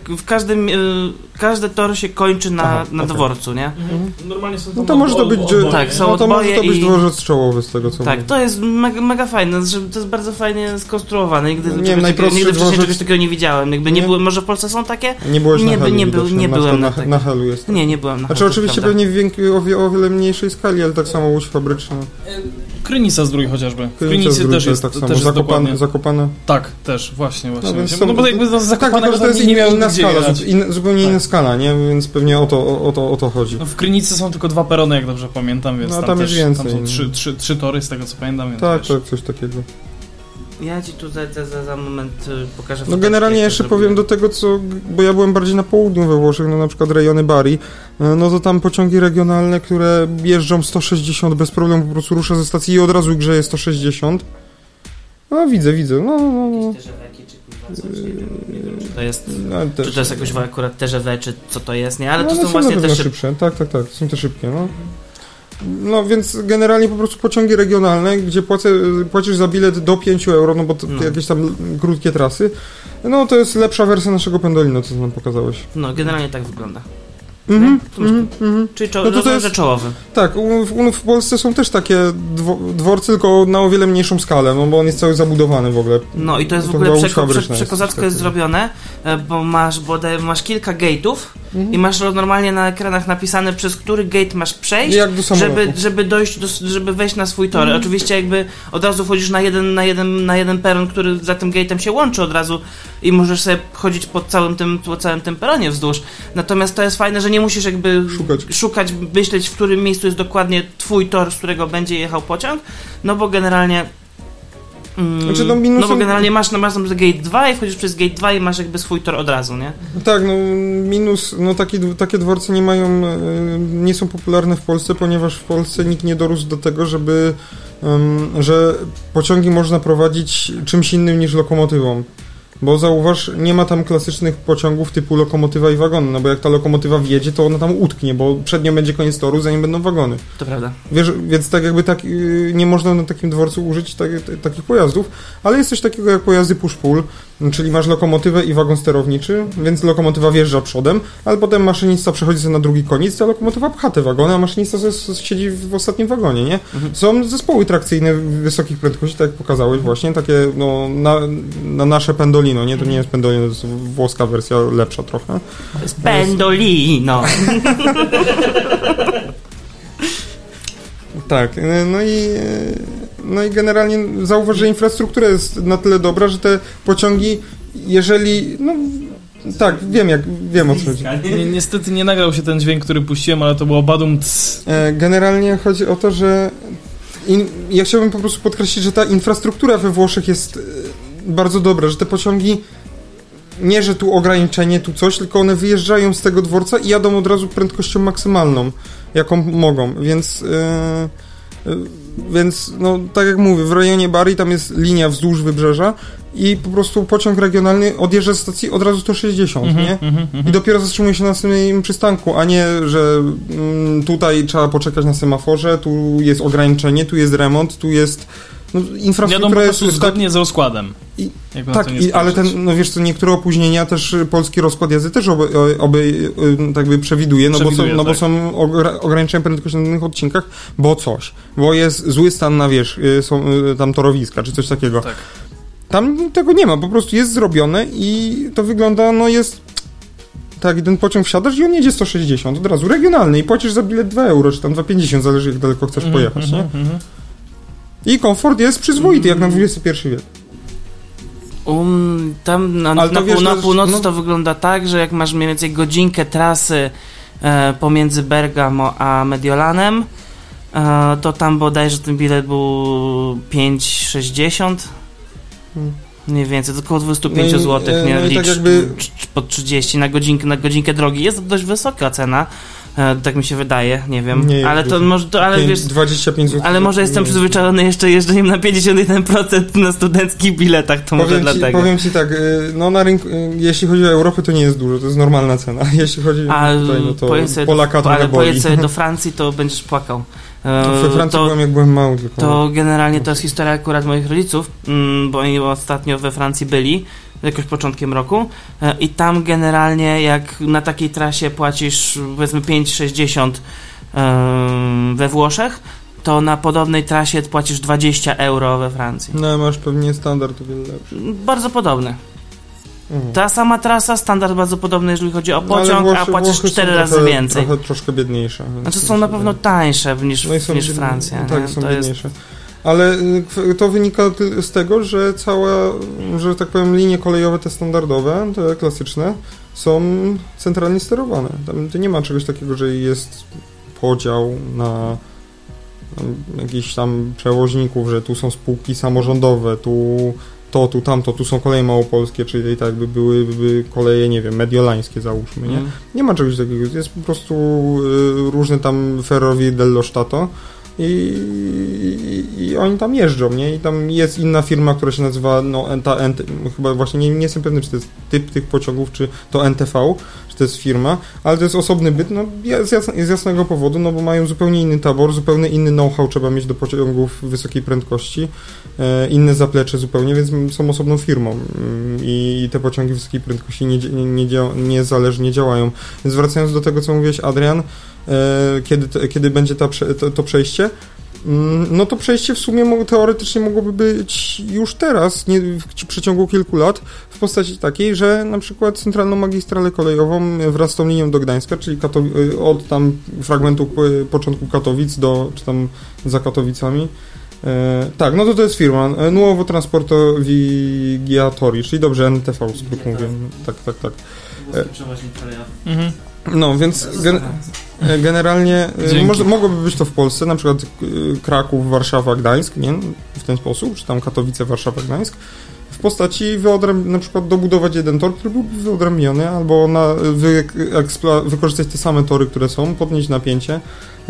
każdy tor się kończy na dworcu, nie? Normalnie są to może to być, może to być dworzec czołowy z tego, co tak, mówię. To jest mega fajne, że to jest bardzo fajnie skonstruowane. Nigdy wcześniej czegoś takiego nie widziałem. Jakby nie były, może w Polsce są takie? Nie byłeś na Helu, nie byłem na Helu jest. Nie byłem na Helu. Znaczy oczywiście pewnie o wiele mniejszej skali, ale tak samo Łódź fabryczna. Krynica Zdrój chociażby. W Krynicy też jest, tak samo. Też jest dokładnie. Zakopane. Tak, też, właśnie. No bo jakby Zakopane to jest inna skala, zupełnie inna skala, nie? Więc pewnie o to chodzi. W Krynicy są tylko 2 perony, jak dobrze pamiętam, więc tam jest więcej. Tam są 3 tory, z tego co pamiętam. Więc tak, coś takiego. Ja ci tutaj za moment pokażę. Generalnie jeszcze powiem do tego, bo ja byłem bardziej na południu we Włoszech, na przykład rejony Bari, to tam pociągi regionalne, które jeżdżą 160 bez problemu, po prostu rusza ze stacji i od razu grzeje 160. Widzę. Jakieś TGV-ki, czy coś, nie wiem, czy to jest, czy to jest jakoś akurat TGV, czy co to jest, nie? Ale to są właśnie te szybsze. Tak, są te szybkie, więc generalnie po prostu pociągi regionalne, gdzie płacisz za bilet do 5 euro, bo to jakieś tam krótkie trasy, to jest lepsza wersja naszego Pendolino, co nam pokazałeś. Generalnie tak wygląda. Czyli to jest czołowy. Tak, w Polsce są też takie dworce, tylko na o wiele mniejszą skalę, bo on jest cały zabudowany w ogóle. I to jest w ogóle przekozacko jest zrobione, bo masz kilka gate'ów i masz normalnie na ekranach napisane, przez który gate masz przejść, żeby wejść na swój tor. Oczywiście jakby od razu wchodzisz na jeden peron, który za tym gate'em się łączy od razu i możesz sobie chodzić po całym tym peronie wzdłuż. Natomiast to jest fajne, że nie musisz jakby szukać, myśleć, w którym miejscu jest dokładnie twój tor, z którego będzie jechał pociąg, bo generalnie bo generalnie masz tam gate 2 i wchodzisz przez gate 2 i masz jakby swój tor od razu, nie? Tak, takie dworce nie są popularne w Polsce, ponieważ w Polsce nikt nie dorósł do tego, że pociągi można prowadzić czymś innym niż lokomotywą. Bo zauważ, nie ma tam klasycznych pociągów typu lokomotywa i wagony, no bo jak ta lokomotywa wjedzie, to ona tam utknie, bo przed nią będzie koniec toru, zanim będą wagony. To prawda. Wiesz, więc tak jakby nie można na takim dworcu użyć takich pojazdów, ale jest coś takiego jak pojazdy push-pull, czyli masz lokomotywę i wagon sterowniczy, więc lokomotywa wjeżdża przodem, ale potem maszynista przechodzi sobie na drugi koniec, a lokomotywa pcha te wagony, a maszynista siedzi w ostatnim wagonie, nie? Są zespoły trakcyjne wysokich prędkości, tak jak pokazałeś właśnie, takie no, na nasze Pendolino, nie? To nie jest Pendolino, to jest włoska wersja, lepsza trochę. To jest Pendolino! Tak, no i generalnie zauważ, że infrastruktura jest na tyle dobra, że te pociągi, jeżeli, no tak, wiem o co chodzi. Niestety nie nagrał się ten dźwięk, który puściłem, ale to było badum ts. Generalnie chodzi o to, że ja chciałbym po prostu podkreślić, że ta infrastruktura we Włoszech jest bardzo dobra, że te pociągi nie, że tu ograniczenie, tu coś, tylko one wyjeżdżają z tego dworca i jadą od razu prędkością maksymalną, jaką mogą, więc no tak jak mówię, w rejonie Bari tam jest linia wzdłuż wybrzeża i po prostu pociąg regionalny odjeżdża z stacji od razu 160, nie? I dopiero zatrzymuje się na następnym przystanku, a nie, że tutaj trzeba poczekać na semaforze, tu jest ograniczenie, tu jest remont, tu jest infrastruktura jest zgodnie z rozkładem. Tak, ale no wiesz co, niektóre opóźnienia też polski rozkład jazdy też tak by przewiduje, bo są ograniczenia prędkości na danych odcinkach, bo jest zły stan na są tam torowiska, czy coś takiego. Tak. Tam tego nie ma, po prostu jest zrobione i to wygląda, no jest tak, i ten pociąg wsiadasz i on jedzie 160 od razu, regionalny i płacisz za bilet 2 euro, czy tam 2,50, zależy jak daleko chcesz pojechać, nie? I komfort jest przyzwoity, jak na XXI wiek. Tam na północy to wygląda tak, że jak masz mniej więcej godzinkę trasy pomiędzy Bergamo a Mediolanem, to tam bodajże ten bilet był 5,60. Mniej więcej, to około 25 zł, nie licz, tak pod 30 na godzinkę drogi. Jest to dość wysoka cena. Tak mi się wydaje, nie wiem, ale to może, ale wiesz, 25 zł. Ale może jestem przyzwyczajony jeszcze jeżdżeniem na 51% na studenckich biletach, to może dlatego. Powiem ci tak, no na rynku, jeśli chodzi o Europę, to nie jest dużo, to jest normalna cena. Jeśli chodzi tutaj, no to Polaka trochę boli. Ale pojedź sobie do Francji, to będziesz płakał. We Francji byłem, jak byłem mały. To generalnie to jest historia akurat moich rodziców, bo oni ostatnio we Francji byli, jakoś początkiem roku i tam generalnie jak na takiej trasie płacisz powiedzmy 5,60 we Włoszech, to na podobnej trasie płacisz 20 euro we Francji. No masz pewnie standard o wiele lepszy. Bardzo podobny. Ta sama trasa, standard bardzo podobny, jeżeli chodzi o pociąg, a płacisz 4 razy więcej. Troszkę biedniejsze. Znaczy są na pewno tańsze niż Francja. Tak, są biedniejsze. Ale to wynika z tego, że że tak powiem, linie kolejowe te standardowe, te klasyczne, są centralnie sterowane. Tam nie ma czegoś takiego, że jest podział na jakichś tam przewoźników, że tu są spółki samorządowe, tu tamto, tu są koleje małopolskie, czyli tak jakby były koleje, nie wiem, mediolańskie załóżmy, nie? Nie ma czegoś takiego, jest po prostu różne tam Ferrovie dello Stato i oni tam jeżdżą, nie? I tam jest inna firma, która się nazywa, chyba właśnie nie jestem pewny, czy to jest typ tych pociągów, czy to NTV, czy to jest firma, ale to jest osobny byt, z jasnego powodu, bo mają zupełnie inny tabor, zupełnie inny know-how trzeba mieć do pociągów wysokiej prędkości, inne zaplecze zupełnie, więc są osobną firmą i te pociągi wysokiej prędkości niezależnie działają. Więc wracając do tego, co mówiłeś, Adrian, kiedy będzie to przejście, no to przejście w sumie teoretycznie mogłoby być już teraz, w przeciągu kilku lat, w postaci takiej, że na przykład centralną magistralę kolejową wraz z tą linią do Gdańska, czyli od tam fragmentu początku Katowic czy tam za Katowicami. Tak, no to jest firma Nuovo Trasporto Viaggiatori, czyli dobrze, NTV, skrót mówię. Tak. No, więc generalnie mogłoby być to w Polsce, na przykład Kraków, Warszawa, Gdańsk, nie? W ten sposób, czy tam Katowice, Warszawa, Gdańsk. w postaci na przykład dobudować jeden tor, który byłby wyodrębniony, albo wykorzystać te same tory, które są, podnieść napięcie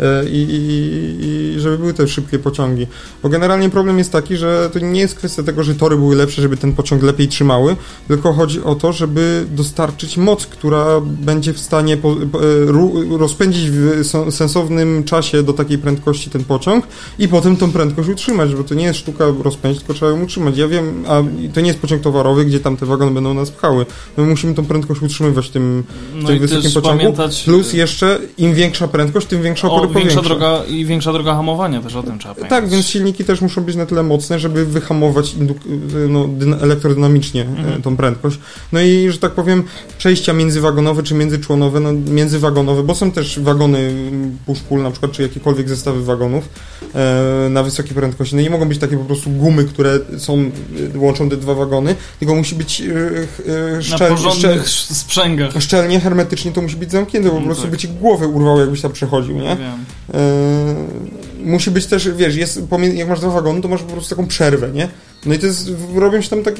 i żeby były te szybkie pociągi. Bo generalnie problem jest taki, że to nie jest kwestia tego, że tory były lepsze, żeby ten pociąg lepiej trzymały, tylko chodzi o to, żeby dostarczyć moc, która będzie w stanie rozpędzić w sensownym czasie do takiej prędkości ten pociąg i potem tą prędkość utrzymać, bo to nie jest sztuka rozpędzić, tylko trzeba ją utrzymać. Ja wiem, a to nie jest pociąg towarowy, gdzie tam te wagony będą nas pchały. My musimy tą prędkość utrzymywać w tym wysokim pociągu. Plus jeszcze im większa prędkość, tym większa opory większa droga hamowania, też o tym trzeba pamiętać. Tak, więc silniki też muszą być na tyle mocne, żeby wyhamować elektrodynamicznie tą prędkość. No i, że tak powiem, przejścia międzywagonowe czy międzyczłonowe, międzywagonowe, bo są też wagony push-pull na przykład, czy jakiekolwiek zestawy wagonów na wysokiej prędkości. No i nie mogą być takie po prostu gumy, które łączą te dwa wagony, tylko musi być szczelnie, hermetycznie to musi być zamknięte, bo po prostu by ci głowę urwało, jakbyś tam przechodził, nie? Musi być też, wiesz, jak masz dwa wagony, to masz po prostu taką przerwę, nie? No i robią się tam takie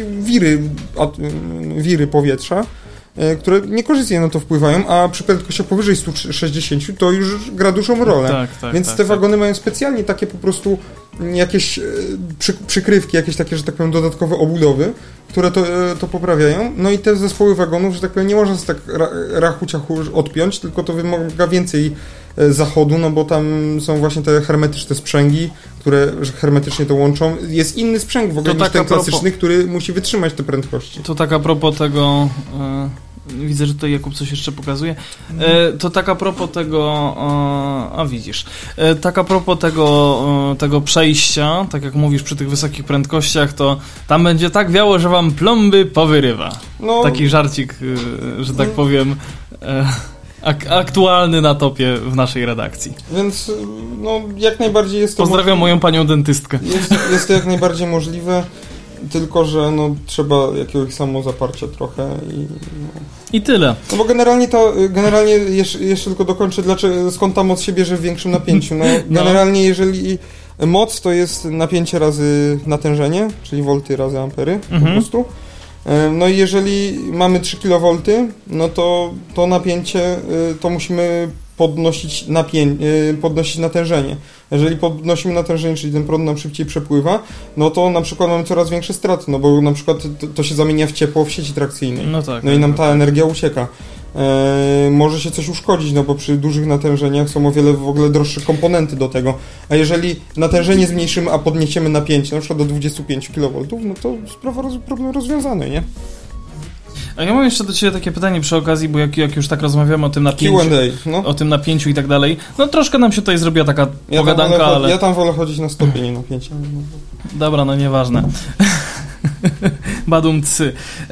wiry powietrza, które niekorzystnie na to wpływają, a przy prędkościach powyżej 160 to już gra dużą rolę. Więc te wagony mają specjalnie takie po prostu jakieś przykrywki, jakieś takie, że tak powiem, dodatkowe obudowy, które to poprawiają. No i te zespoły wagonów, że tak powiem, nie można tak rachu-ciachu odpiąć, tylko to wymaga więcej zachodu, no bo tam są właśnie te hermetyczne sprzęgi, które hermetycznie to łączą. Jest inny sprzęg w ogóle niż ten klasyczny, który musi wytrzymać te prędkości. To tak a propos tego... Widzę, że tutaj Jakub coś jeszcze pokazuje. To tak a propos tego... widzisz. Tak a propos tego przejścia, tak jak mówisz, przy tych wysokich prędkościach, to tam będzie tak wiało, że wam plomby powyrywa. No, taki żarcik, że tak powiem... aktualny na topie w naszej redakcji. Więc jak najbardziej jest to... Pozdrawiam moją panią dentystkę. Jest to jak najbardziej możliwe, tylko że trzeba jakiegoś samozaparcia trochę i tyle. No bo generalnie jeszcze tylko dokończę, skąd ta moc się bierze w większym napięciu. Generalnie jeżeli moc to jest napięcie razy natężenie, czyli volty razy ampery po prostu. No i jeżeli mamy 3 kV, no to napięcie to musimy podnosić natężenie. Jeżeli podnosimy natężenie, czyli ten prąd nam szybciej przepływa, no to na przykład mamy coraz większe straty, no bo na przykład to się zamienia w ciepło w sieci trakcyjnej. No i nam ta energia ucieka. Może się coś uszkodzić, no bo przy dużych natężeniach są o wiele w ogóle droższe komponenty do tego. A jeżeli natężenie zmniejszymy, a podniesiemy napięcie, na przykład do 25 kV, no to problem rozwiązany, nie? A ja mam jeszcze do Ciebie takie pytanie przy okazji, bo jak już tak rozmawiamy o tym napięciu, o tym napięciu i tak dalej, no troszkę nam się tutaj zrobiła taka pogadanka, ale... Ja tam wolę chodzić na stopień, nie napięcia. Dobra, no nieważne. Badum cy.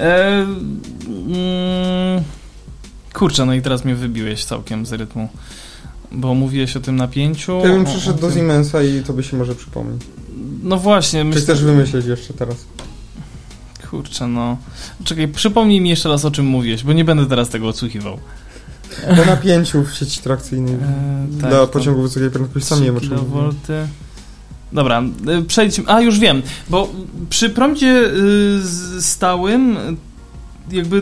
Kurczę, no i teraz mnie wybiłeś całkiem z rytmu, bo mówiłeś o tym napięciu. Ja bym przyszedł do Siemensa i to by się może przypomnieć. No właśnie. Czy chcesz wymyśleć jeszcze teraz? Kurczę, no. Czekaj, przypomnij mi jeszcze raz, o czym mówiłeś, bo nie będę teraz tego odsłuchiwał. O napięciu w sieci trakcyjnej dla pociągu wysokiej prędkości. Sam nie wiem, o czym mówię. Dobra, przejdźmy. Już wiem, bo przy prądzie stałym jakby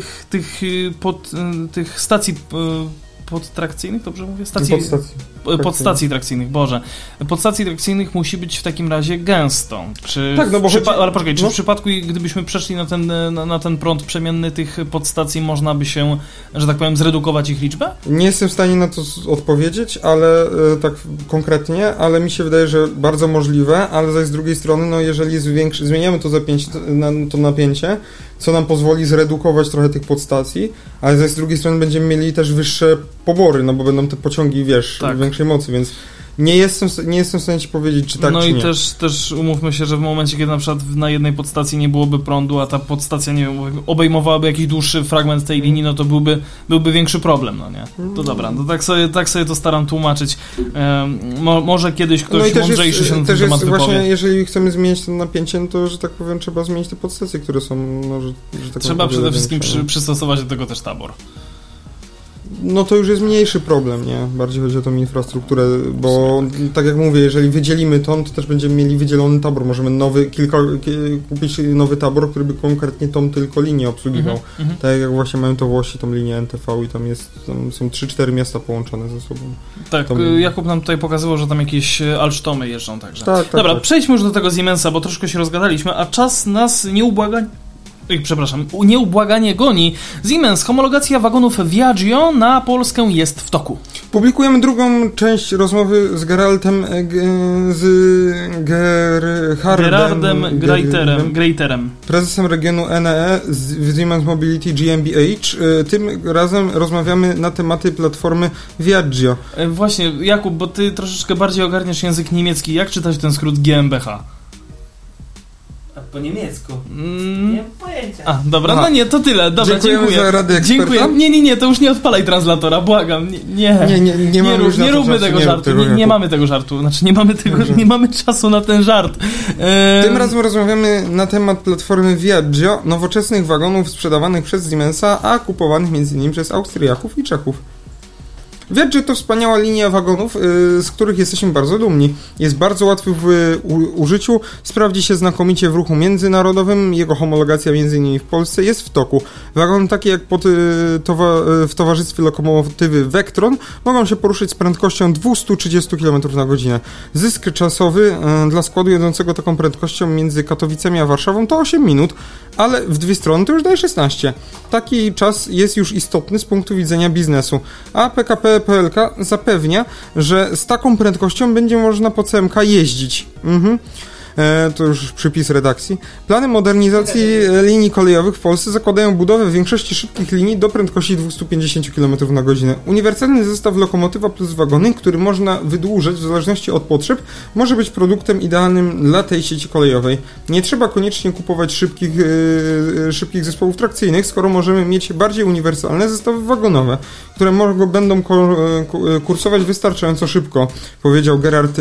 tych stacji podtrakcyjnych, dobrze mówię? Podstacji trakcyjnych, Boże. Podstacji trakcyjnych musi być w takim razie gęsto. Ale poczekaj, czy w przypadku, gdybyśmy przeszli na ten prąd przemienny tych podstacji, można by się, że tak powiem, zredukować ich liczbę? Nie jestem w stanie na to odpowiedzieć, ale tak konkretnie, ale mi się wydaje, że bardzo możliwe, ale zaś z drugiej strony, jeżeli zmieniamy to napięcie, co nam pozwoli zredukować trochę tych podstacji, ale zaś z drugiej strony będziemy mieli też wyższe pobory, no bo będą te pociągi, większej mocy, więc nie jestem w stanie ci powiedzieć, czy tak, czy nie. No i też umówmy się, że w momencie, kiedy na przykład na jednej podstacji nie byłoby prądu, a ta podstacja, nie wiem, obejmowałaby jakiś dłuższy fragment tej linii, no to byłby większy problem, no nie? To dobra, to tak sobie to staram tłumaczyć. Może kiedyś ktoś mądrzejszy się na ten temat wypowie. Właśnie, jeżeli chcemy zmienić to napięcie, no to, że tak powiem, trzeba zmienić te podstacje, które są, że tak trzeba przede wszystkim przystosować do tego też tabor. no to już jest mniejszy problem, nie? Bardziej chodzi o tą infrastrukturę, bo tak jak mówię, jeżeli wydzielimy to też będziemy mieli wydzielony tabor. Możemy kupić nowy tabor, który by konkretnie tą tylko linię obsługiwał. Tak jak właśnie mają to Włosi, tą linię NTV i tam są 3-4 miasta połączone ze sobą. Tak, Jakub nam tutaj pokazywał, że tam jakieś Alstomy jeżdżą także. Dobra, przejdźmy już do tego Siemensa, bo troszkę się rozgadaliśmy, a czas nas nieubłaganie goni. Siemens, homologacja wagonów Viaggio na Polskę jest w toku. Publikujemy drugą część rozmowy z Geraldem Gerardem Greiterem, prezesem regionu NEE z Siemens Mobility GmbH. Tym razem rozmawiamy na tematy platformy Viaggio. Właśnie, Jakub, bo ty troszeczkę bardziej ogarniasz język niemiecki. Jak czytać ten skrót GmbH? Po niemiecku. Nie mam pojęcia. Dobra, no nie, to tyle. Dobra, dziękuję. Za radę eksperta. Dziękuję. Nie, to już nie odpalaj translatora, błagam. Nie róbmy tego żartu. Nie mamy tego żartu. Znaczy nie mamy czasu na ten żart. Tym razem rozmawiamy na temat platformy Viaggio, nowoczesnych wagonów sprzedawanych przez Siemensa, a kupowanych m.in. przez Austriaków i Czechów. Viaggio to wspaniała linia wagonów, z których jesteśmy bardzo dumni. Jest bardzo łatwy w użyciu, sprawdzi się znakomicie w ruchu międzynarodowym, jego homologacja m.in. w Polsce jest w toku. Wagony takie jak w towarzystwie lokomotywy Vectron mogą się poruszyć z prędkością 230 km na godzinę. Zysk czasowy dla składu jedącego taką prędkością między Katowicami a Warszawą to 8 minut, ale w dwie strony to już daje 16. Taki czas jest już istotny z punktu widzenia biznesu, a PKP PLK zapewnia, że z taką prędkością będzie można po CMK jeździć. To już przypis redakcji. Plany modernizacji linii kolejowych w Polsce zakładają budowę większości szybkich linii do prędkości 250 km na godzinę. Uniwersalny zestaw lokomotywa plus wagony, który można wydłużać w zależności od potrzeb, może być produktem idealnym dla tej sieci kolejowej. Nie trzeba koniecznie kupować szybkich zespołów trakcyjnych, skoro możemy mieć bardziej uniwersalne zestawy wagonowe, które będą kursować wystarczająco szybko, powiedział Gerard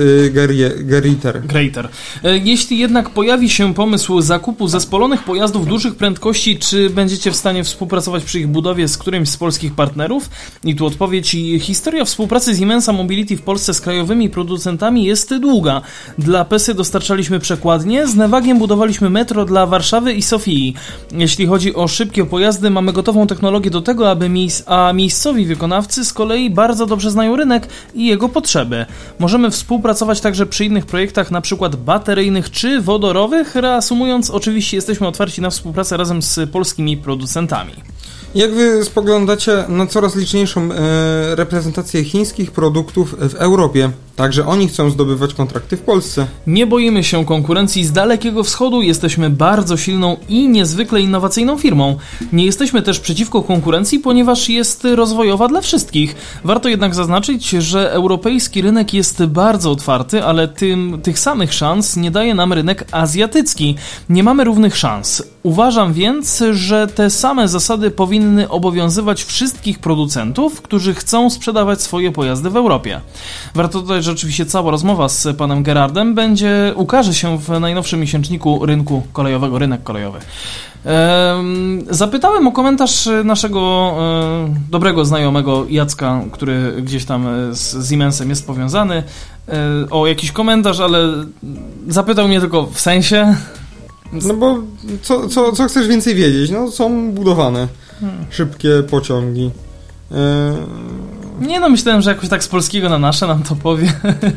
Greiter. Jeśli jednak pojawi się pomysł zakupu zespolonych pojazdów dużych prędkości, czy będziecie w stanie współpracować przy ich budowie z którymś z polskich partnerów? I tu odpowiedź. Historia współpracy Siemensa Mobility w Polsce z krajowymi producentami jest długa. Dla PESY dostarczaliśmy przekładnie, z Nevagiem budowaliśmy metro dla Warszawy i Sofii. Jeśli chodzi o szybkie pojazdy, mamy gotową technologię do tego, aby miejscowi wykonawcy z kolei bardzo dobrze znają rynek i jego potrzeby. Możemy współpracować także przy innych projektach, na przykład bateryjnych czy wodorowych. Reasumując, oczywiście jesteśmy otwarci na współpracę razem z polskimi producentami. Jak wy spoglądacie na coraz liczniejszą reprezentację chińskich produktów w Europie? Także oni chcą zdobywać kontrakty w Polsce. Nie boimy się konkurencji z Dalekiego Wschodu, jesteśmy bardzo silną i niezwykle innowacyjną firmą. Nie jesteśmy też przeciwko konkurencji, ponieważ jest rozwojowa dla wszystkich. Warto jednak zaznaczyć, że europejski rynek jest bardzo otwarty, ale tych samych szans nie daje nam rynek azjatycki. Nie mamy równych szans. Uważam więc, że te same zasady powinny obowiązywać wszystkich producentów, którzy chcą sprzedawać swoje pojazdy w Europie. Warto dodać, że oczywiście cała rozmowa z panem Gerardem ukaże się w najnowszym miesięczniku rynku kolejowego, Rynek Kolejowy. Zapytałem o komentarz naszego dobrego znajomego Jacka, który gdzieś tam z Siemensem jest powiązany, o jakiś komentarz, ale zapytał mnie tylko w sensie... No bo co chcesz więcej wiedzieć? No są budowane szybkie pociągi. Nie no, myślałem, że jakoś tak z polskiego na nasze nam to powie.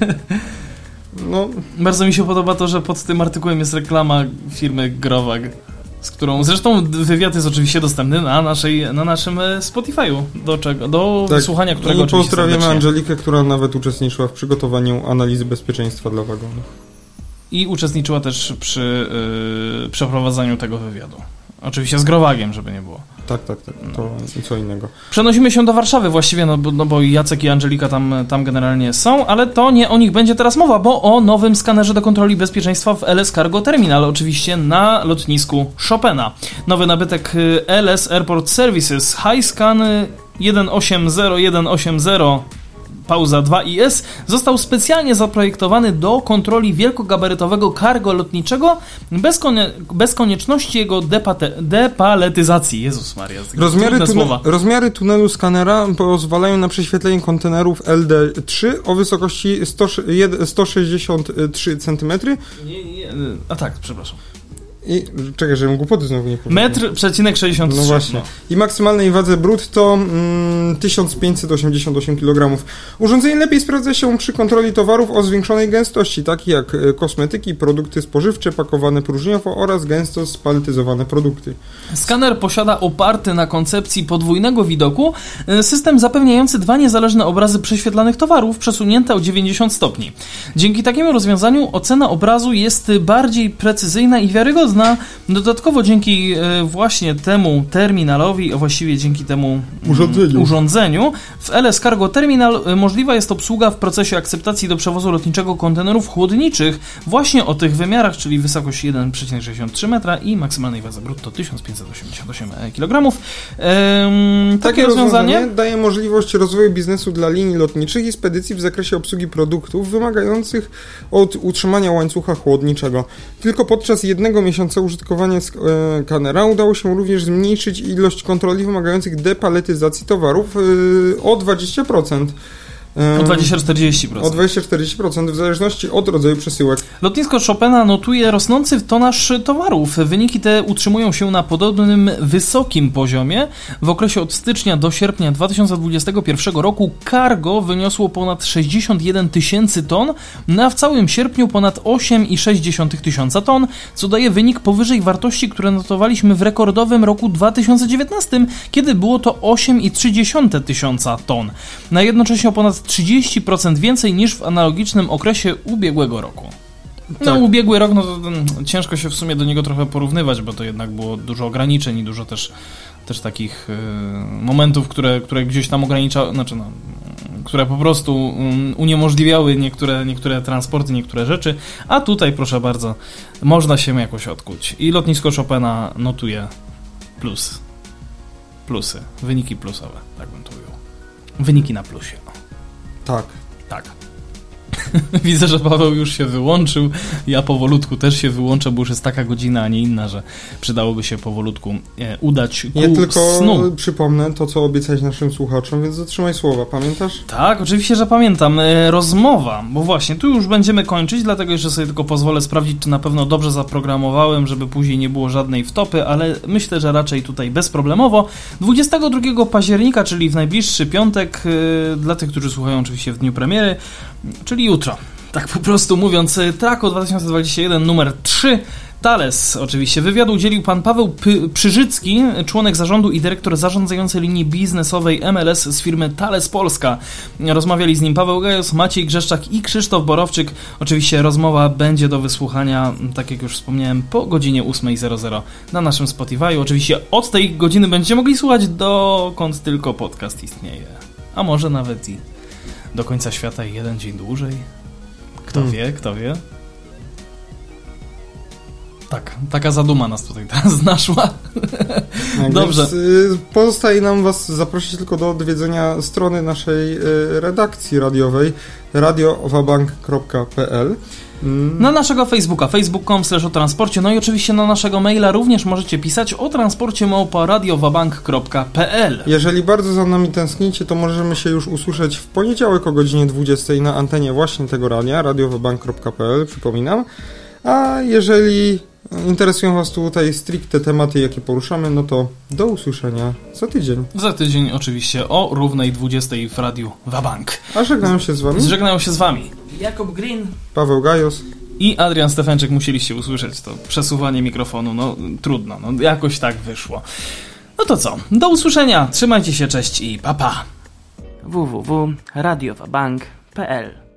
No. Bardzo mi się podoba to, że pod tym artykułem jest reklama firmy Grovag, z którą zresztą wywiad jest oczywiście dostępny na naszym Spotify'u, do wysłuchania którego oczywiście pozdrawiamy Angelikę, która nawet uczestniczyła w przygotowaniu analizy bezpieczeństwa dla wagonów. I uczestniczyła też przy przeprowadzaniu tego wywiadu. Oczywiście z Grovagiem, żeby nie było. Tak. To co innego. Przenosimy się do Warszawy właściwie, no bo Jacek i Angelika tam generalnie są, ale to nie o nich będzie teraz mowa, bo o nowym skanerze do kontroli bezpieczeństwa w LS Cargo Terminal, oczywiście na lotnisku Chopina. Nowy nabytek LS Airport Services HiScan 180. pauza 2IS został specjalnie zaprojektowany do kontroli wielkogabarytowego cargo lotniczego bez konieczności jego depaletyzacji. Jezus Maria, rozmiary tunelu skanera pozwalają na prześwietlenie kontenerów LD3 o wysokości 163 cm. A tak, przepraszam. I czekaj, żebym głupoty znowu nie powiedział. 1,63 m. No właśnie. I maksymalnej wadze brutto 1588 kg. Urządzenie lepiej sprawdza się przy kontroli towarów o zwiększonej gęstości, takich jak kosmetyki, produkty spożywcze pakowane próżniowo oraz gęsto spaletyzowane produkty. Skaner posiada oparty na koncepcji podwójnego widoku system zapewniający 2 niezależne obrazy prześwietlanych towarów przesunięte o 90 stopni. Dzięki takiemu rozwiązaniu ocena obrazu jest bardziej precyzyjna i wiarygodna. Dodatkowo dzięki właśnie temu terminalowi, a właściwie dzięki temu urządzeniu w LS Cargo Terminal możliwa jest obsługa w procesie akceptacji do przewozu lotniczego kontenerów chłodniczych właśnie o tych wymiarach, czyli wysokość 1,63 metra i maksymalnej wadze brutto 1588 kg. Takie rozwiązanie daje możliwość rozwoju biznesu dla linii lotniczych i spedycji w zakresie obsługi produktów wymagających od utrzymania łańcucha chłodniczego. Tylko podczas jednego miesiąca użytkowania skanera udało się również zmniejszyć ilość kontroli wymagających depaletyzacji towarów o 20%. O 20-40%. O 20-40% w zależności od rodzaju przesyłek. Lotnisko Chopina notuje rosnący tonaż towarów. Wyniki te utrzymują się na podobnym wysokim poziomie. W okresie od stycznia do sierpnia 2021 roku cargo wyniosło ponad 61 tysięcy ton, a w całym sierpniu ponad 8,6 tysiąca ton, co daje wynik powyżej wartości, które notowaliśmy w rekordowym roku 2019, kiedy było to 8,3 tysiąca ton. Na jednocześnie o ponad 30% więcej niż w analogicznym okresie ubiegłego roku. No tak. Ubiegły rok, no to ciężko się w sumie do niego trochę porównywać, bo to jednak było dużo ograniczeń i dużo też takich momentów, które gdzieś tam ograniczały, które po prostu uniemożliwiały niektóre transporty, niektóre rzeczy, a tutaj proszę bardzo, można się jakoś odkuć. I lotnisko Chopina notuje plusy, wyniki plusowe, tak bym to ujął. Wyniki na plusie. Tak. Widzę, że Paweł już się wyłączył. Ja powolutku też się wyłączę, bo już jest taka godzina, a nie inna, że przydałoby się powolutku udać ku Ja tylko snu. Przypomnę to, co obiecałeś naszym słuchaczom, więc zatrzymaj słowa. Pamiętasz? Tak, oczywiście, że pamiętam. Rozmowa, bo właśnie tu już będziemy kończyć, dlatego jeszcze sobie tylko pozwolę sprawdzić, czy na pewno dobrze zaprogramowałem, żeby później nie było żadnej wtopy, ale myślę, że raczej tutaj bezproblemowo. 22 października, czyli w najbliższy piątek, dla tych, którzy słuchają oczywiście w dniu premiery, czyli jutro. Tak po prostu mówiąc, Trako 2021 numer 3, Thales. Oczywiście wywiadu udzielił pan Paweł Przyżycki, członek zarządu i dyrektor zarządzający linii biznesowej MLS z firmy Thales Polska. Rozmawiali z nim Paweł Gajos, Maciej Grzeszczak i Krzysztof Borowczyk. Oczywiście rozmowa będzie do wysłuchania, tak jak już wspomniałem, po godzinie 8:00 na naszym Spotify. Oczywiście od tej godziny będziecie mogli słuchać, dokąd tylko podcast istnieje. A może nawet i do końca świata i jeden dzień dłużej. Kto wie? Tak, taka zaduma nas tutaj teraz naszła. Tak, dobrze. Więc, pozostaje nam was zaprosić tylko do odwiedzenia strony naszej redakcji radiowej radiowabank.pl. Na naszego Facebooka, facebook.com/o-transporcie, no i oczywiście na naszego maila również możecie pisać o transporcie@radiowabank.pl. Jeżeli bardzo za nami tęsknicie, to możemy się już usłyszeć w poniedziałek o godzinie 20:00 na antenie właśnie tego radia, radiowabank.pl, przypominam. A jeżeli interesują was tutaj stricte tematy, jakie poruszamy, no to do usłyszenia za tydzień. Za tydzień oczywiście o równej 20:00 w Radiu Wabank. A żegnają się z wami? Żegnają się z wami Jakub Green, Paweł Gajos i Adrian Stefańczyk. Musieliście usłyszeć to przesuwanie mikrofonu, no trudno, no jakoś tak wyszło. No to co, do usłyszenia, trzymajcie się, cześć i pa pa. www.radiowabank.pl